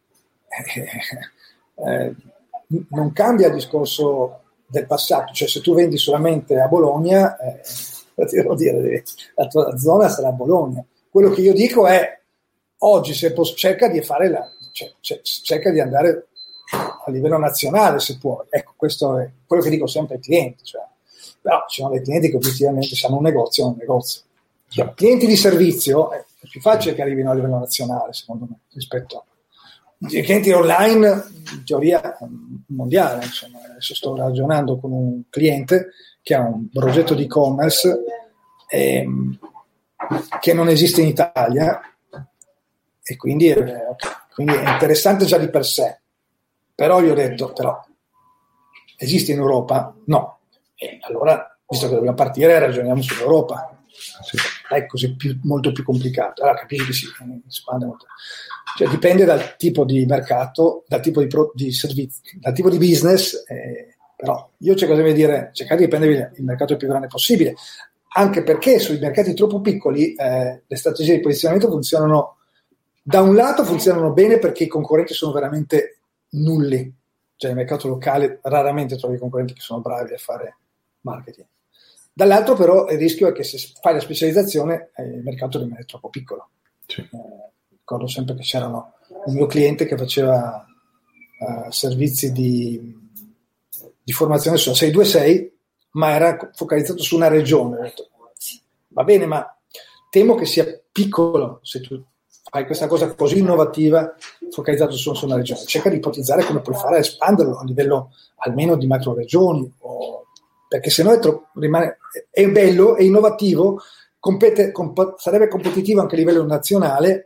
Eh, eh, non cambia il discorso del passato, cioè se tu vendi solamente a Bologna, eh, devo dire, la tua zona sarà Bologna. Quello che io dico è oggi se pos- cerca di fare la, cioè, cioè, cerca di andare a livello nazionale se puoi. Ecco, questo è quello che dico sempre ai clienti, cioè, però ci sono dei clienti che obiettivamente sanno un negozio è un negozio. Cioè, clienti di servizio è più facile che arrivino a livello nazionale, secondo me, rispetto ai clienti online, in teoria mondiale. Insomma, adesso sto ragionando con un cliente che ha un progetto di e-commerce ehm, che non esiste in Italia e quindi, eh, okay, quindi è interessante già di per sé, però gli ho detto però esiste in Europa? No, e allora visto che dobbiamo partire ragioniamo sull'Europa. Sì. È così più, molto più complicato. Allora capisci che si espande molto. Cioè dipende dal tipo di mercato, dal tipo di, pro, di servizi, dal tipo di business, eh, però io cerco di dire, cercare di prendere il mercato più grande possibile, anche perché sui mercati troppo piccoli eh, le strategie di posizionamento funzionano, da un lato funzionano bene perché i concorrenti sono veramente nulli, cioè nel mercato locale raramente trovi concorrenti che sono bravi a fare marketing. Dall'altro però il rischio è che se fai la specializzazione eh, il mercato rimane troppo piccolo. Sì. Eh, ricordo sempre che c'erano un mio cliente che faceva uh, servizi di, di formazione sulla sei due sei, ma era focalizzato su una regione. Ho detto, va bene, ma temo che sia piccolo se tu fai questa cosa così innovativa focalizzato solo su una regione. Cerca di ipotizzare come puoi fare a espanderlo a livello almeno di macro regioni, o, perché se no è, troppo, rimane, è bello, è innovativo, compete, comp- sarebbe competitivo anche a livello nazionale,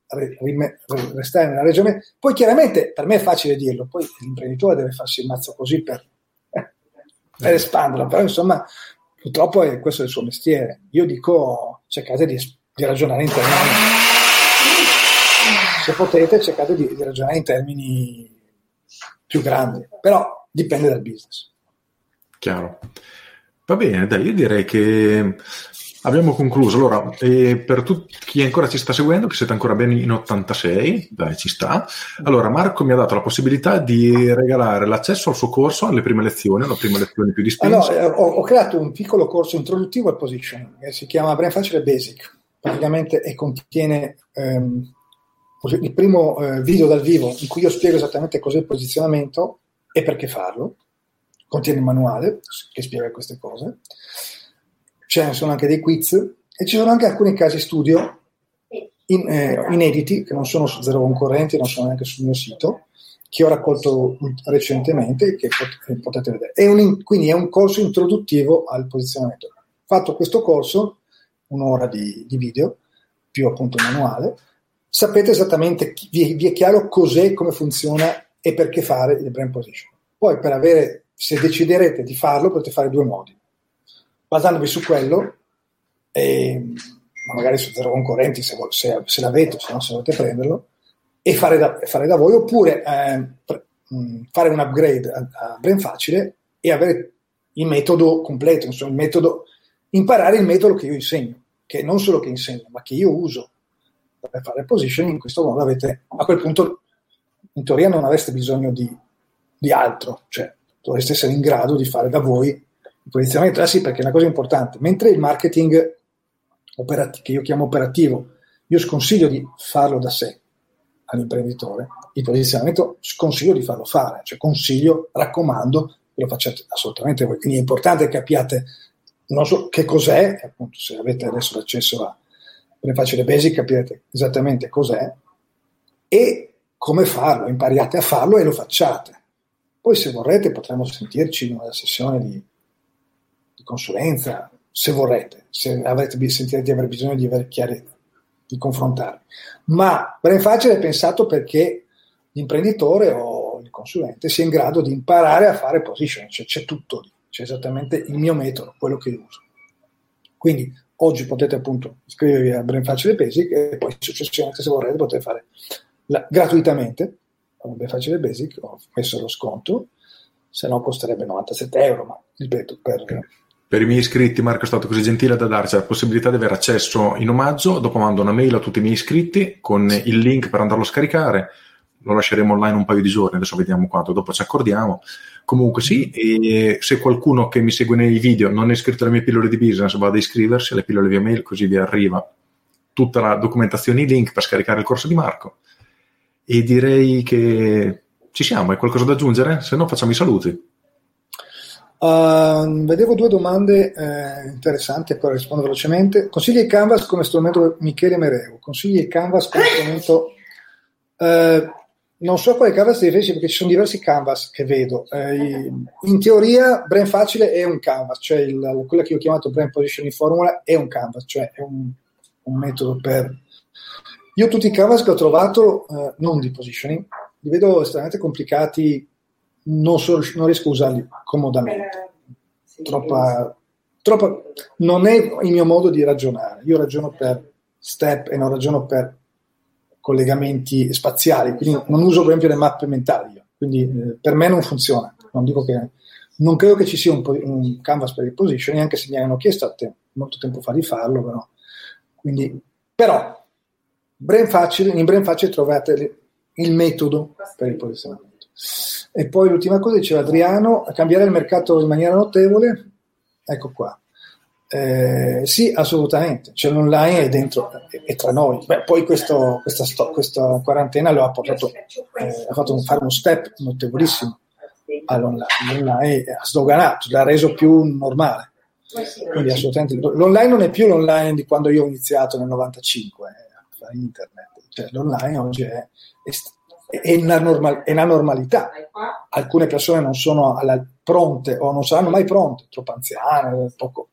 restare nella regione. Poi chiaramente per me è facile dirlo, poi l'imprenditore deve farsi il mazzo così per, eh, per espanderlo, però insomma purtroppo è, questo è il suo mestiere. Io dico cercate di, di ragionare in termini, se potete cercate di, di ragionare in termini più grandi, però dipende dal business. Chiaro. Va bene, dai, io direi che abbiamo concluso. Allora, eh, per tutti chi ancora ci sta seguendo, che siete ancora ben in ottantasei, dai, ci sta. Allora, Marco mi ha dato la possibilità di regalare l'accesso al suo corso alle prime lezioni, alle prime lezioni più dispense. Allora, ho, ho creato un piccolo corso introduttivo al positioning, che si chiama Brand Facile Basic, praticamente e contiene ehm, il primo eh, video dal vivo in cui io spiego esattamente cos'è il posizionamento e perché farlo. Contiene il manuale che spiega queste cose. Ce ne sono anche dei quiz e ci sono anche alcuni casi studio in, eh, inediti che non sono su Zero Concorrenti, non sono neanche sul mio sito, che ho raccolto recentemente e che pot- potete vedere. È un, quindi è un corso introduttivo al posizionamento. Fatto questo corso, un'ora di, di video, più appunto il manuale, sapete esattamente, vi, vi è chiaro cos'è, come funziona e perché fare il brand position. Poi per avere, se deciderete di farlo, potete fare due modi. Basandovi su quello, e, magari su Zero Concorrenti se, se, se l'avete, se no se volete prenderlo, e fare da, fare da voi, oppure eh, pre, mh, fare un upgrade a, a Brand Facile e avere il metodo completo, insomma, il metodo, imparare il metodo che io insegno, che non solo che insegno, ma che io uso per fare positioning. In questo modo avete, a quel punto, in teoria non avreste bisogno di, di altro, cioè dovreste essere in grado di fare da voi il posizionamento. Ah sì, perché è una cosa importante, mentre il marketing operativo, che io chiamo operativo, io sconsiglio di farlo da sé all'imprenditore, il posizionamento sconsiglio di farlo fare, cioè consiglio, raccomando che lo facciate assolutamente voi. Quindi è importante che capiate non so che cos'è, appunto se avete adesso l'accesso a Brand Facile Basic capirete esattamente cos'è e come farlo, impariate a farlo e lo facciate. Poi se vorrete potremo sentirci in una sessione di consulenza, se vorrete, se avrete sentite di aver bisogno di avere chiarezza, di confrontarvi. Ma Brain Facile è pensato perché l'imprenditore o il consulente sia in grado di imparare a fare positioning, cioè c'è tutto lì, c'è esattamente il mio metodo, quello che io uso. Quindi oggi potete appunto iscrivervi a Brain Facile Basic e poi successivamente, se vorrete, potete fare la, gratuitamente Brain Facile Basic. Ho messo lo sconto, se no costerebbe novantasette euro, ma ripeto, per... Per i miei iscritti, Marco è stato così gentile da darci la possibilità di avere accesso in omaggio. Dopo mando una mail a tutti i miei iscritti con il link per andarlo a scaricare. Lo lasceremo online un paio di giorni, adesso vediamo quanto, dopo ci accordiamo. Comunque sì, e se qualcuno che mi segue nei video non è iscritto alle mie pillole di business, vada a iscriversi alle pillole via mail, così vi arriva tutta la documentazione, i link per scaricare il corso di Marco. E direi che ci siamo. Hai qualcosa da aggiungere? Se no facciamo i saluti. Uh, vedevo due domande eh, interessanti, a cui rispondo velocemente. Consigli il Canvas come strumento, Michele Mereu. Consigli il Canvas come strumento. Uh, non so quale Canvas ti riferisci, perché ci sono diversi Canvas che vedo. Uh, in teoria Brain Facile è un Canvas, cioè il, quella che io ho chiamato Brain Positioning Formula è un Canvas, cioè è un, un metodo per... Io tutti i Canvas che ho trovato, uh, non di positioning, li vedo estremamente complicati. Non, so, non riesco a usarli comodamente, troppa, troppa, non è il mio modo di ragionare. Io ragiono per step e non ragiono per collegamenti spaziali, quindi non uso per esempio le mappe mentali io. Quindi eh, per me non funziona. Non dico che non credo che ci sia un, un canvas per il positioning, anche se mi hanno chiesto a te, molto tempo fa di farlo, però. Quindi, però Brain Facile, in Brain Facile trovate il metodo per il posizionamento. E poi l'ultima cosa, diceva Adriano, cambiare il mercato in maniera notevole. Ecco qua. Eh, sì, assolutamente. Cioè l'online è dentro, è, è tra noi. Beh, poi questo, questa, sto, questa quarantena lo ha portato, eh, ha fatto un, fare uno step notevolissimo all'online. L'online ha sdoganato, l'ha reso più normale. Quindi assolutamente. L'online non è più l'online di quando io ho iniziato nel novantacinque eh, a fare internet. Cioè l'online oggi è, è è la, normal, è la normalità. Alcune persone non sono alla, pronte o non saranno mai pronte, troppo anziane, poco.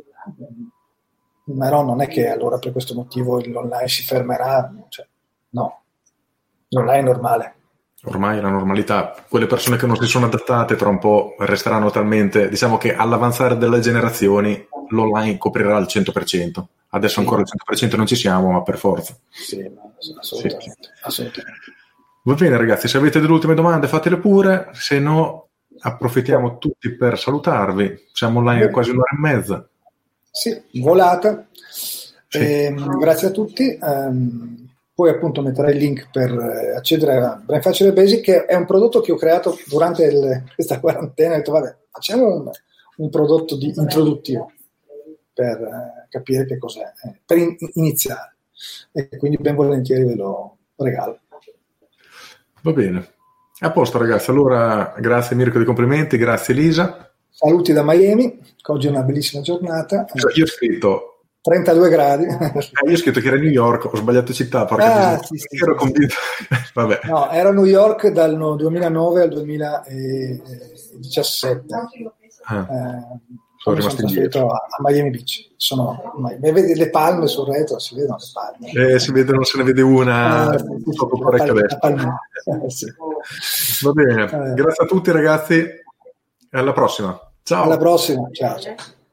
Ma no, non è che allora per questo motivo l'online si fermerà, cioè, no, l'online è normale. Ormai è la normalità. Quelle persone che non si sono adattate tra un po' resteranno talmente, diciamo che all'avanzare delle generazioni l'online coprirà al cento per cento. Adesso sì. Ancora al cento per cento non ci siamo, ma per forza. Sì, assolutamente, sì. assolutamente. Va bene ragazzi, se avete delle ultime domande fatele pure, se no approfittiamo tutti per salutarvi. Siamo online a quasi un'ora e mezza. Sì, volata. Sì. Eh, grazie a tutti. Um, poi appunto metterò il link per accedere a Brain Facile Basic, che è un prodotto che ho creato durante il, questa quarantena. Ho detto vabbè, facciamo un, un prodotto di introduttivo per eh, capire che cos'è, eh, per in, iniziare. E quindi ben volentieri ve lo regalo. Va bene, a posto ragazzi, allora grazie Mirko dei complimenti, grazie Elisa. Saluti da Miami, che oggi è una bellissima giornata. Cioè, io ho scritto trentadue gradi. Eh, io ho scritto che era New York, ho sbagliato città, porca ah, sì, sì, ero sì, convinto. Vabbè. No, era New York dal duemilanove al duemiladiciassette. Ah. Eh, sono rimasto indietro a, a Miami Beach. Sono, vedi le palme sul retro, si vedono le palme. Eh, si vede, non se ne vede una eh, sotto l'orecchio destra. Eh, sì. Va bene, eh. grazie a tutti ragazzi e alla prossima. Ciao. Alla prossima, ciao. ciao.